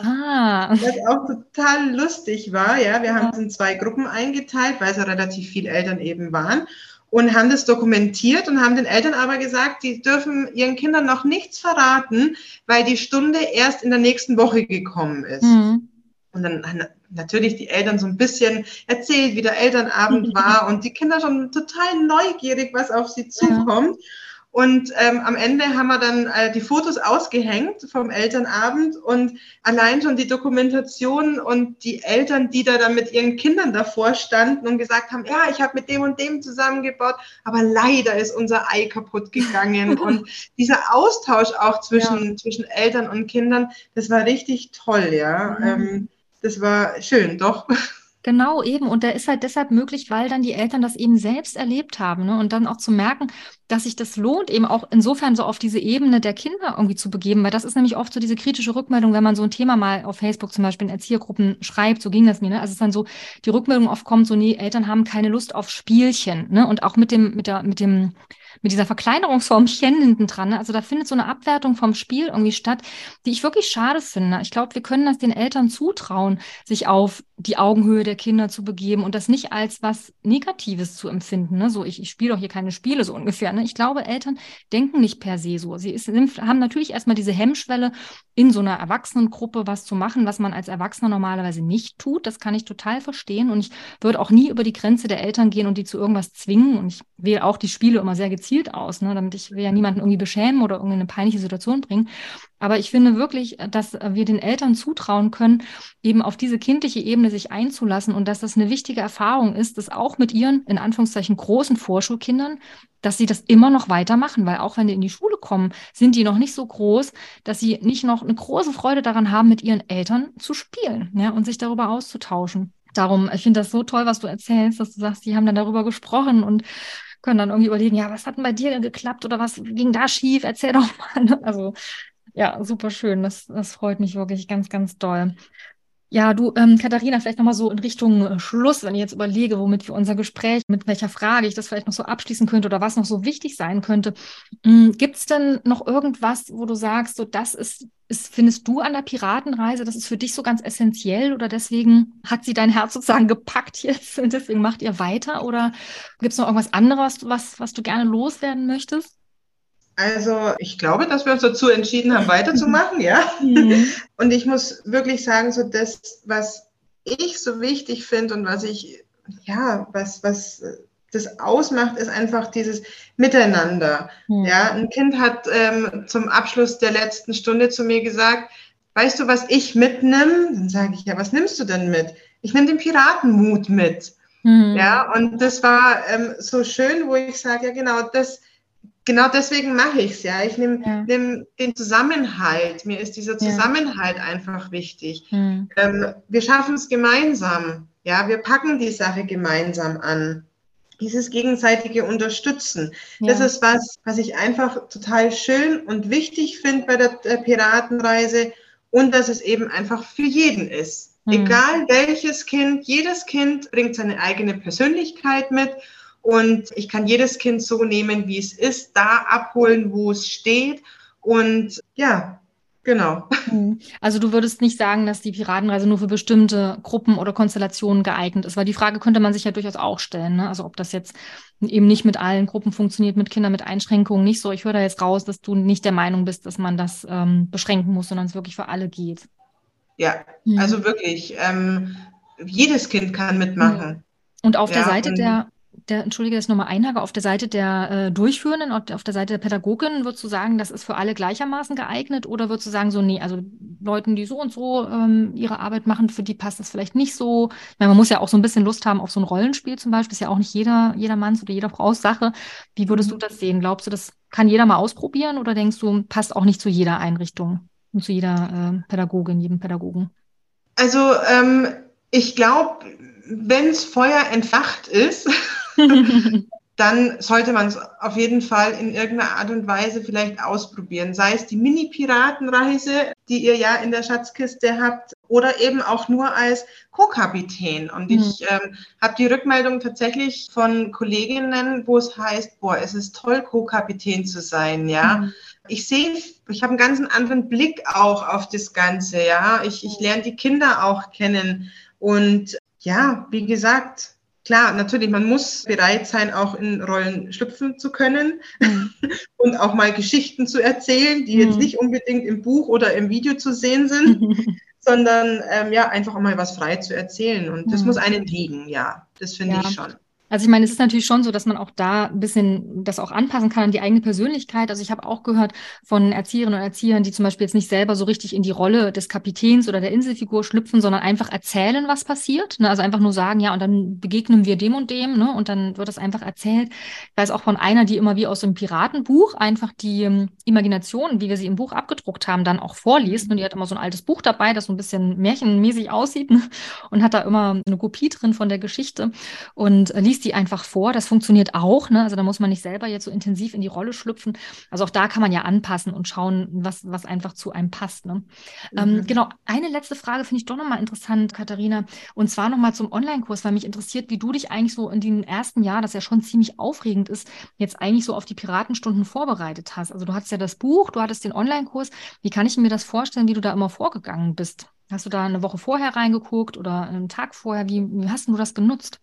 Speaker 1: Ah.
Speaker 2: was auch total lustig war. Ja, wir haben
Speaker 1: Ja.
Speaker 2: es in zwei Gruppen eingeteilt, weil es ja relativ viele Eltern eben waren und haben das dokumentiert und haben den Eltern aber gesagt, die dürfen ihren Kindern noch nichts verraten, weil die Stunde erst in der nächsten Woche gekommen ist.
Speaker 1: Mhm.
Speaker 2: Und dann haben natürlich die Eltern so ein bisschen erzählt, wie der Elternabend war und die Kinder schon total neugierig, was auf sie zukommt. Ja. Und ähm, am Ende haben wir dann äh, die Fotos ausgehängt vom Elternabend und allein schon die Dokumentation und die Eltern, die da dann mit ihren Kindern davor standen und gesagt haben, ja, ich habe mit dem und dem zusammengebaut, aber leider ist unser Ei kaputt gegangen. Und dieser Austausch auch zwischen, ja. zwischen Eltern und Kindern, das war richtig toll, ja. Mhm. Ähm, das war schön, doch.
Speaker 1: Genau, eben. Und der ist halt deshalb möglich, weil dann die Eltern das eben selbst erlebt haben, ne? Und dann auch zu merken, dass sich das lohnt, eben auch insofern so auf diese Ebene der Kinder irgendwie zu begeben, weil das ist nämlich oft so diese kritische Rückmeldung, wenn man so ein Thema mal auf Facebook zum Beispiel in Erziehergruppen schreibt, so ging das mir, ne? Also es ist dann so, die Rückmeldung oft kommt so, nee, Eltern haben keine Lust auf Spielchen, ne? Und auch mit dem, mit der, mit dem, mit dieser Verkleinerungsform Chen hinten dran, ne? Also da findet so eine Abwertung vom Spiel irgendwie statt, die ich wirklich schade finde. Ich glaube, wir können das den Eltern zutrauen, sich auf die Augenhöhe der Kinder zu begeben und das nicht als was Negatives zu empfinden. Ne? So, ich, ich spiele doch hier keine Spiele, so ungefähr. Ne? Ich glaube, Eltern denken nicht per se so. Sie ist, haben natürlich erstmal diese Hemmschwelle, in so einer Erwachsenengruppe was zu machen, was man als Erwachsener normalerweise nicht tut. Das kann ich total verstehen. Und ich würde auch nie über die Grenze der Eltern gehen und die zu irgendwas zwingen. Und ich wähle auch die Spiele immer sehr gezielt aus, ne? Damit ich will ja niemanden irgendwie beschämen oder irgendeine peinliche Situation bringen. Aber ich finde wirklich, dass wir den Eltern zutrauen können, eben auf diese kindliche Ebene sich einzulassen und dass das eine wichtige Erfahrung ist, dass auch mit ihren, in Anführungszeichen, großen Vorschulkindern, dass sie das immer noch weitermachen, weil auch wenn die in die Schule kommen, sind die noch nicht so groß, dass sie nicht noch eine große Freude daran haben, mit ihren Eltern zu spielen, ja, und sich darüber auszutauschen. Darum, ich finde das so toll, was du erzählst, dass du sagst, die haben dann darüber gesprochen und können dann irgendwie überlegen, ja, was hat denn bei dir geklappt oder was ging da schief? Erzähl doch mal. Also ja, super schön. Das, das freut mich wirklich ganz, ganz doll. Ja, du, ähm, Katharina, vielleicht nochmal so in Richtung äh, Schluss, wenn ich jetzt überlege, womit wir unser Gespräch, mit welcher Frage ich das vielleicht noch so abschließen könnte oder was noch so wichtig sein könnte. Ähm, gibt es denn noch irgendwas, wo du sagst, so das ist, ist, findest du an der Piratenreise, das ist für dich so ganz essentiell oder deswegen hat sie dein Herz sozusagen gepackt jetzt und deswegen macht ihr weiter? Oder gibt es noch irgendwas anderes, was, was du gerne loswerden möchtest?
Speaker 2: Also ich glaube, dass wir uns dazu entschieden haben, weiterzumachen, ja. Mhm. Und ich muss wirklich sagen, so das, was ich so wichtig finde und was ich, ja, was, was das ausmacht, ist einfach dieses Miteinander. Mhm. Ja, ein Kind hat ähm, zum Abschluss der letzten Stunde zu mir gesagt, weißt du, was ich mitnehme? Dann sage ich, ja, was nimmst du denn mit? Ich nehme den Piratenmut mit. Mhm. Ja, und das war ähm, so schön, wo ich sage, ja genau, das Genau deswegen mache ich es, ja. Ich nehme ja. nehm den Zusammenhalt. Mir ist dieser Zusammenhalt ja. einfach wichtig. Mhm. Ähm, wir schaffen es gemeinsam. Ja, wir packen die Sache gemeinsam an. Dieses gegenseitige Unterstützen. Ja. Das ist was, was ich einfach total schön und wichtig finde bei der, der Piratenreise und dass es eben einfach für jeden ist. Mhm. Egal welches Kind, jedes Kind bringt seine eigene Persönlichkeit mit. Und ich kann jedes Kind so nehmen, wie es ist, da abholen, wo es steht. Und ja, genau.
Speaker 1: Also du würdest nicht sagen, dass die Piratenreise nur für bestimmte Gruppen oder Konstellationen geeignet ist, weil die Frage könnte man sich ja durchaus auch stellen, ne? Also ob das jetzt eben nicht mit allen Gruppen funktioniert, mit Kindern mit Einschränkungen nicht so. Ich höre da jetzt raus, dass du nicht der Meinung bist, dass man das ähm, beschränken muss, sondern es wirklich für alle geht.
Speaker 2: Ja, mhm. also wirklich, ähm, jedes Kind kann mitmachen.
Speaker 1: Und auf
Speaker 2: ja,
Speaker 1: der Seite der Der, entschuldige, dass ich nochmal einhake, auf der Seite der äh, Durchführenden, auf der Seite der Pädagoginnen, würdest du sagen, das ist für alle gleichermaßen geeignet oder würdest du sagen, so, nee, also Leuten, die so und so ähm, ihre Arbeit machen, für die passt das vielleicht nicht so? Ich meine, man muss ja auch so ein bisschen Lust haben auf so ein Rollenspiel zum Beispiel, ist ja auch nicht jeder, jeder Manns oder jeder Frau's Sache. Wie würdest du das sehen? Glaubst du, das kann jeder mal ausprobieren oder denkst du, passt auch nicht zu jeder Einrichtung und zu jeder äh, Pädagogin, jedem Pädagogen?
Speaker 2: Also ähm, ich glaube, wenns Feuer entfacht ist, dann sollte man es auf jeden Fall in irgendeiner Art und Weise vielleicht ausprobieren. Sei es die Mini-Piratenreise, die ihr ja in der Schatzkiste habt, oder eben auch nur als Co-Kapitän. Und
Speaker 1: Mhm.
Speaker 2: ich ähm, habe die Rückmeldung tatsächlich von Kolleginnen, wo es heißt, boah, es ist toll, Co-Kapitän zu sein, ja.
Speaker 1: Mhm.
Speaker 2: Ich sehe, ich habe einen ganz anderen Blick auch auf das Ganze, ja. Ich, ich lerne die Kinder auch kennen. Und ja, wie gesagt, klar, natürlich, man muss bereit sein, auch in Rollen schlüpfen zu können
Speaker 1: Mhm.
Speaker 2: und auch mal Geschichten zu erzählen, die
Speaker 1: Mhm.
Speaker 2: jetzt nicht unbedingt im Buch oder im Video zu sehen sind, sondern ähm, ja, einfach auch mal was frei zu erzählen. Und das
Speaker 1: Mhm.
Speaker 2: muss einen liegen, ja, das finde
Speaker 1: Ja.
Speaker 2: ich schon.
Speaker 1: Also ich meine, es ist natürlich schon so, dass man auch da ein bisschen das auch anpassen kann an die eigene Persönlichkeit. Also ich habe auch gehört von Erzieherinnen und Erziehern, die zum Beispiel jetzt nicht selber so richtig in die Rolle des Kapitäns oder der Inselfigur schlüpfen, sondern einfach erzählen, was passiert. Ne? Also einfach nur sagen, ja, und dann begegnen wir dem und dem, ne? Und dann wird das einfach erzählt. Ich weiß auch von einer, die immer wie aus so einem Piratenbuch einfach die ähm, Imagination, wie wir sie im Buch abgedruckt haben, dann auch vorliest. Und die hat immer so ein altes Buch dabei, das so ein bisschen märchenmäßig aussieht, ne? Und hat da immer eine Kopie drin von der Geschichte und äh, liest die einfach vor. Das funktioniert auch, ne? Also da muss man nicht selber jetzt so intensiv in die Rolle schlüpfen. Also auch da kann man ja anpassen und schauen, was, was einfach zu einem passt, ne? Mhm. Ähm, genau, eine letzte Frage finde ich doch nochmal interessant, Katharina. Und zwar nochmal zum Online-Kurs, weil mich interessiert, wie du dich eigentlich so in den ersten Jahren, das ja schon ziemlich aufregend ist, jetzt eigentlich so auf die Piratenstunden vorbereitet hast. Also du hattest ja das Buch, du hattest den Online-Kurs. Wie kann ich mir das vorstellen, wie du da immer vorgegangen bist? Hast du da eine Woche vorher reingeguckt oder einen Tag vorher? Wie, wie hast du das genutzt?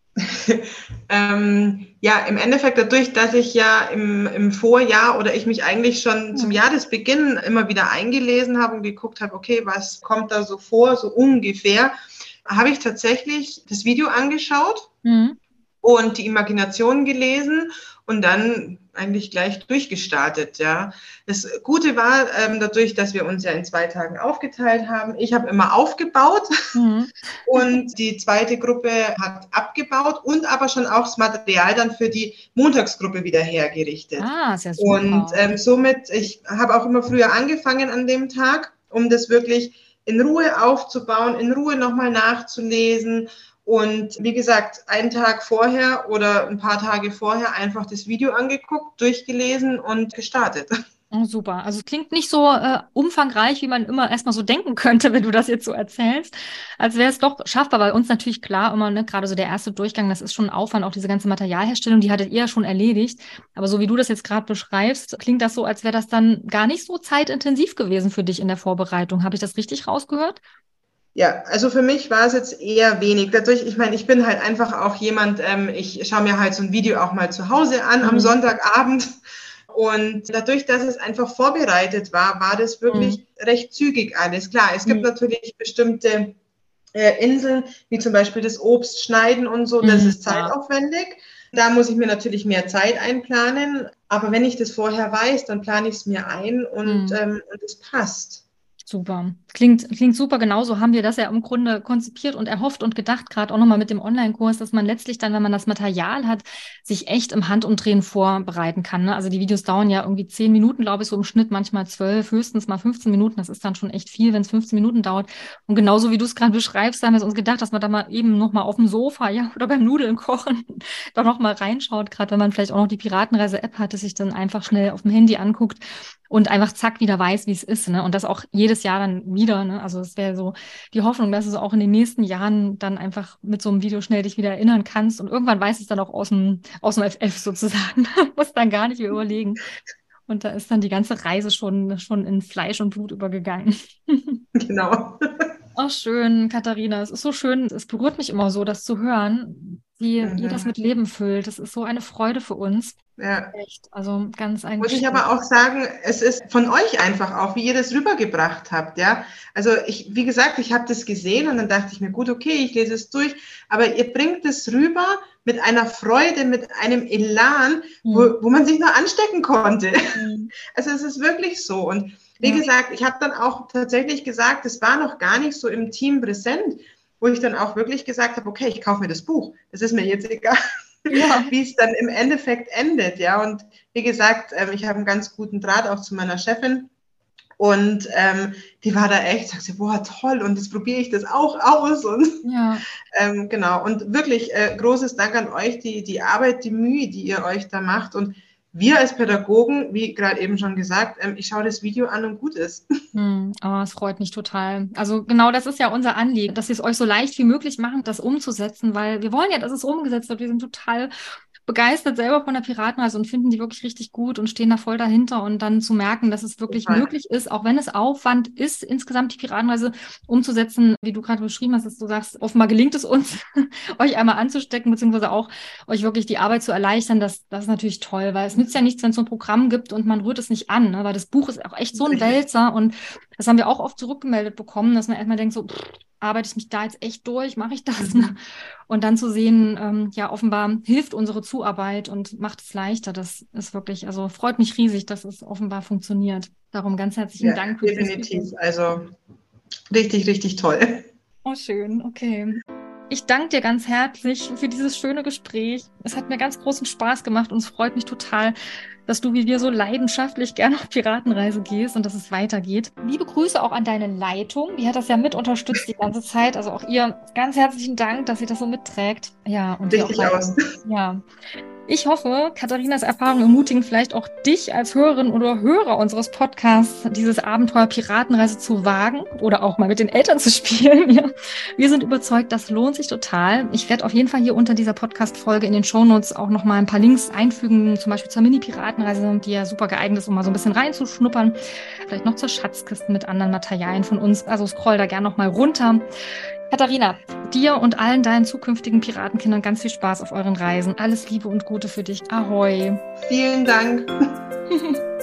Speaker 2: ähm, ja, im Endeffekt dadurch, dass ich ja im, im Vorjahr oder ich mich eigentlich schon
Speaker 1: Mhm.
Speaker 2: zum Jahresbeginn immer wieder eingelesen habe und geguckt habe, okay, was kommt da so vor, so ungefähr, habe ich tatsächlich das Video angeschaut
Speaker 1: Mhm.
Speaker 2: und die Imagination gelesen und dann eigentlich gleich durchgestartet, ja. Das Gute war, ähm, dadurch, dass wir uns ja in zwei Tagen aufgeteilt haben, ich habe immer aufgebaut
Speaker 1: Mhm.
Speaker 2: und die zweite Gruppe hat abgebaut und aber schon auch das Material dann für die Montagsgruppe wieder hergerichtet.
Speaker 1: Ah, ist ja
Speaker 2: Und
Speaker 1: super.
Speaker 2: ähm, somit, ich habe auch immer früher angefangen an dem Tag, um das wirklich in Ruhe aufzubauen, in Ruhe nochmal nachzulesen. Und wie gesagt, einen Tag vorher oder ein paar Tage vorher einfach das Video angeguckt, durchgelesen und gestartet.
Speaker 1: Oh, super. Also es klingt nicht so äh, umfangreich, wie man immer erstmal so denken könnte, wenn du das jetzt so erzählst. Als wäre es doch schaffbar. Bei uns natürlich klar immer, ne, gerade so der erste Durchgang, das ist schon ein Aufwand, auch diese ganze Materialherstellung, die hattet ihr ja schon erledigt. Aber so wie du das jetzt gerade beschreibst, klingt das so, als wäre das dann gar nicht so zeitintensiv gewesen für dich in der Vorbereitung. Habe ich das richtig rausgehört?
Speaker 2: Ja, also für mich war es jetzt eher wenig. Dadurch, ich meine, ich bin halt einfach auch jemand, ähm, ich schaue mir halt so ein Video auch mal zu Hause an am
Speaker 1: Mhm.
Speaker 2: Sonntagabend. Und dadurch, dass es einfach vorbereitet war, war das wirklich
Speaker 1: Mhm.
Speaker 2: recht zügig alles. Klar, es gibt
Speaker 1: Mhm.
Speaker 2: natürlich bestimmte äh, Inseln, wie zum Beispiel das Obst schneiden und so, das
Speaker 1: Mhm.
Speaker 2: ist
Speaker 1: Ja.
Speaker 2: zeitaufwendig. Da muss ich mir natürlich mehr Zeit einplanen. Aber wenn ich das vorher weiß, dann plane ich es mir ein und,
Speaker 1: Mhm.
Speaker 2: ähm, und es passt.
Speaker 1: Super. Klingt, klingt super. Genauso haben wir das ja im Grunde konzipiert und erhofft und gedacht, gerade auch nochmal mit dem Online-Kurs, dass man letztlich dann, wenn man das Material hat, sich echt im Handumdrehen vorbereiten kann. Ne? Also die Videos dauern ja irgendwie zehn Minuten, glaube ich, so im Schnitt, manchmal zwölf, höchstens mal fünfzehn Minuten. Das ist dann schon echt viel, wenn es fünfzehn Minuten dauert. Und genauso wie du es gerade beschreibst, haben wir uns gedacht, dass man da mal eben nochmal auf dem Sofa, ja, oder beim Nudeln kochen, da nochmal reinschaut, gerade wenn man vielleicht auch noch die Piratenreise-App hat, dass sich dann einfach schnell auf dem Handy anguckt und einfach zack wieder weiß, wie es ist, ne? Und das auch jedes Jahr dann wieder, ne? Also es wäre so die Hoffnung, dass du auch in den nächsten Jahren dann einfach mit so einem Video schnell dich wieder erinnern kannst und irgendwann weiß es dann auch aus dem, aus dem F F sozusagen. Muss dann gar nicht mehr überlegen. Und da ist dann die ganze Reise schon, schon in Fleisch und Blut übergegangen.
Speaker 2: Genau.
Speaker 1: Ach, schön, Katharina. Es ist so schön. Es berührt mich immer so, das zu hören, wie ihr das
Speaker 2: Mhm.
Speaker 1: mit Leben füllt. Das ist so eine Freude für uns.
Speaker 2: Ja.
Speaker 1: Echt. Also ganz ein
Speaker 2: Muss ich
Speaker 1: Geschenk.
Speaker 2: aber auch sagen, es ist von euch einfach auch, wie ihr das rübergebracht habt, ja. Also ich, wie gesagt, ich habe das gesehen und dann dachte ich mir, gut, okay, ich lese es durch, aber ihr bringt es rüber mit einer Freude, mit einem Elan, wo,
Speaker 1: Hm.
Speaker 2: wo man sich nur anstecken konnte.
Speaker 1: Hm.
Speaker 2: Also es ist wirklich so. Und wie
Speaker 1: Ja.
Speaker 2: gesagt, ich habe dann auch tatsächlich gesagt, es war noch gar nicht so im Team präsent, wo ich dann auch wirklich gesagt habe, okay, ich kaufe mir das Buch. Das ist mir jetzt egal.
Speaker 1: ja.
Speaker 2: wie es dann im Endeffekt endet. Ja, und wie gesagt, ähm, ich habe einen ganz guten Draht auch zu meiner Chefin. Und ähm, die war da echt, sagt sie, boah, toll, und jetzt probiere ich das auch aus. Und
Speaker 1: ja.
Speaker 2: ähm, genau, und wirklich äh, großes Dank an euch, die, die Arbeit, die Mühe, die ihr euch da macht. Und wir als Pädagogen, wie gerade eben schon gesagt, ähm, ich schaue das Video an und gut ist.
Speaker 1: Hm, oh, es freut mich total. Also genau das ist ja unser Anliegen, dass wir es euch so leicht wie möglich machen, das umzusetzen, weil wir wollen ja, dass es umgesetzt wird. Wir sind total begeistert selber von der Piratenreise und finden die wirklich richtig gut und stehen da voll dahinter, und dann zu merken, dass es wirklich
Speaker 2: Total.
Speaker 1: möglich ist, auch wenn es Aufwand ist, insgesamt die Piratenreise umzusetzen, wie du gerade beschrieben hast, dass du sagst, offenbar gelingt es uns, euch einmal anzustecken, beziehungsweise auch euch wirklich die Arbeit zu erleichtern. Das, das ist natürlich toll, weil es nützt ja nichts, wenn es so ein Programm gibt und man rührt es nicht an, ne? Weil das Buch ist auch echt so ein Wälzer, und das haben wir auch oft zurückgemeldet bekommen, dass man erstmal denkt, so, pff, arbeite ich mich da jetzt echt durch, mache ich das? Ne? Und dann zu sehen, ähm, ja, offenbar hilft unsere Zuarbeit und macht es leichter. Das ist wirklich, also freut mich riesig, dass es offenbar funktioniert. Darum ganz herzlichen
Speaker 2: Ja,
Speaker 1: Dank für
Speaker 2: definitiv. Also richtig, richtig toll.
Speaker 1: Oh, schön, okay. Ich danke dir ganz herzlich für dieses schöne Gespräch. Es hat mir ganz großen Spaß gemacht und es freut mich total, dass du wie wir so leidenschaftlich gerne auf Piratenreise gehst und dass es weitergeht. Liebe Grüße auch an deine Leitung. Die hat das ja mit unterstützt die ganze Zeit. Also auch ihr ganz herzlichen Dank, dass sie das so mitträgt. Ja, und
Speaker 2: richtig aus.
Speaker 1: Ja. Ich hoffe, Katharinas Erfahrungen ermutigen vielleicht auch dich als Hörerin oder Hörer unseres Podcasts, dieses Abenteuer Piratenreise zu wagen oder auch mal mit den Eltern zu spielen. Ja. Wir sind überzeugt, das lohnt sich total. Ich werde auf jeden Fall hier unter dieser Podcast-Folge in den Shownotes auch noch mal ein paar Links einfügen, zum Beispiel zur Mini-Piratenreise, die ja super geeignet ist, um mal so ein bisschen reinzuschnuppern. Vielleicht noch zur Schatzkiste mit anderen Materialien von uns. Also scroll da gerne noch mal runter. Katharina, dir und allen deinen zukünftigen Piratenkindern ganz viel Spaß auf euren Reisen. Alles Liebe und Gute für dich. Ahoi.
Speaker 2: Vielen Dank.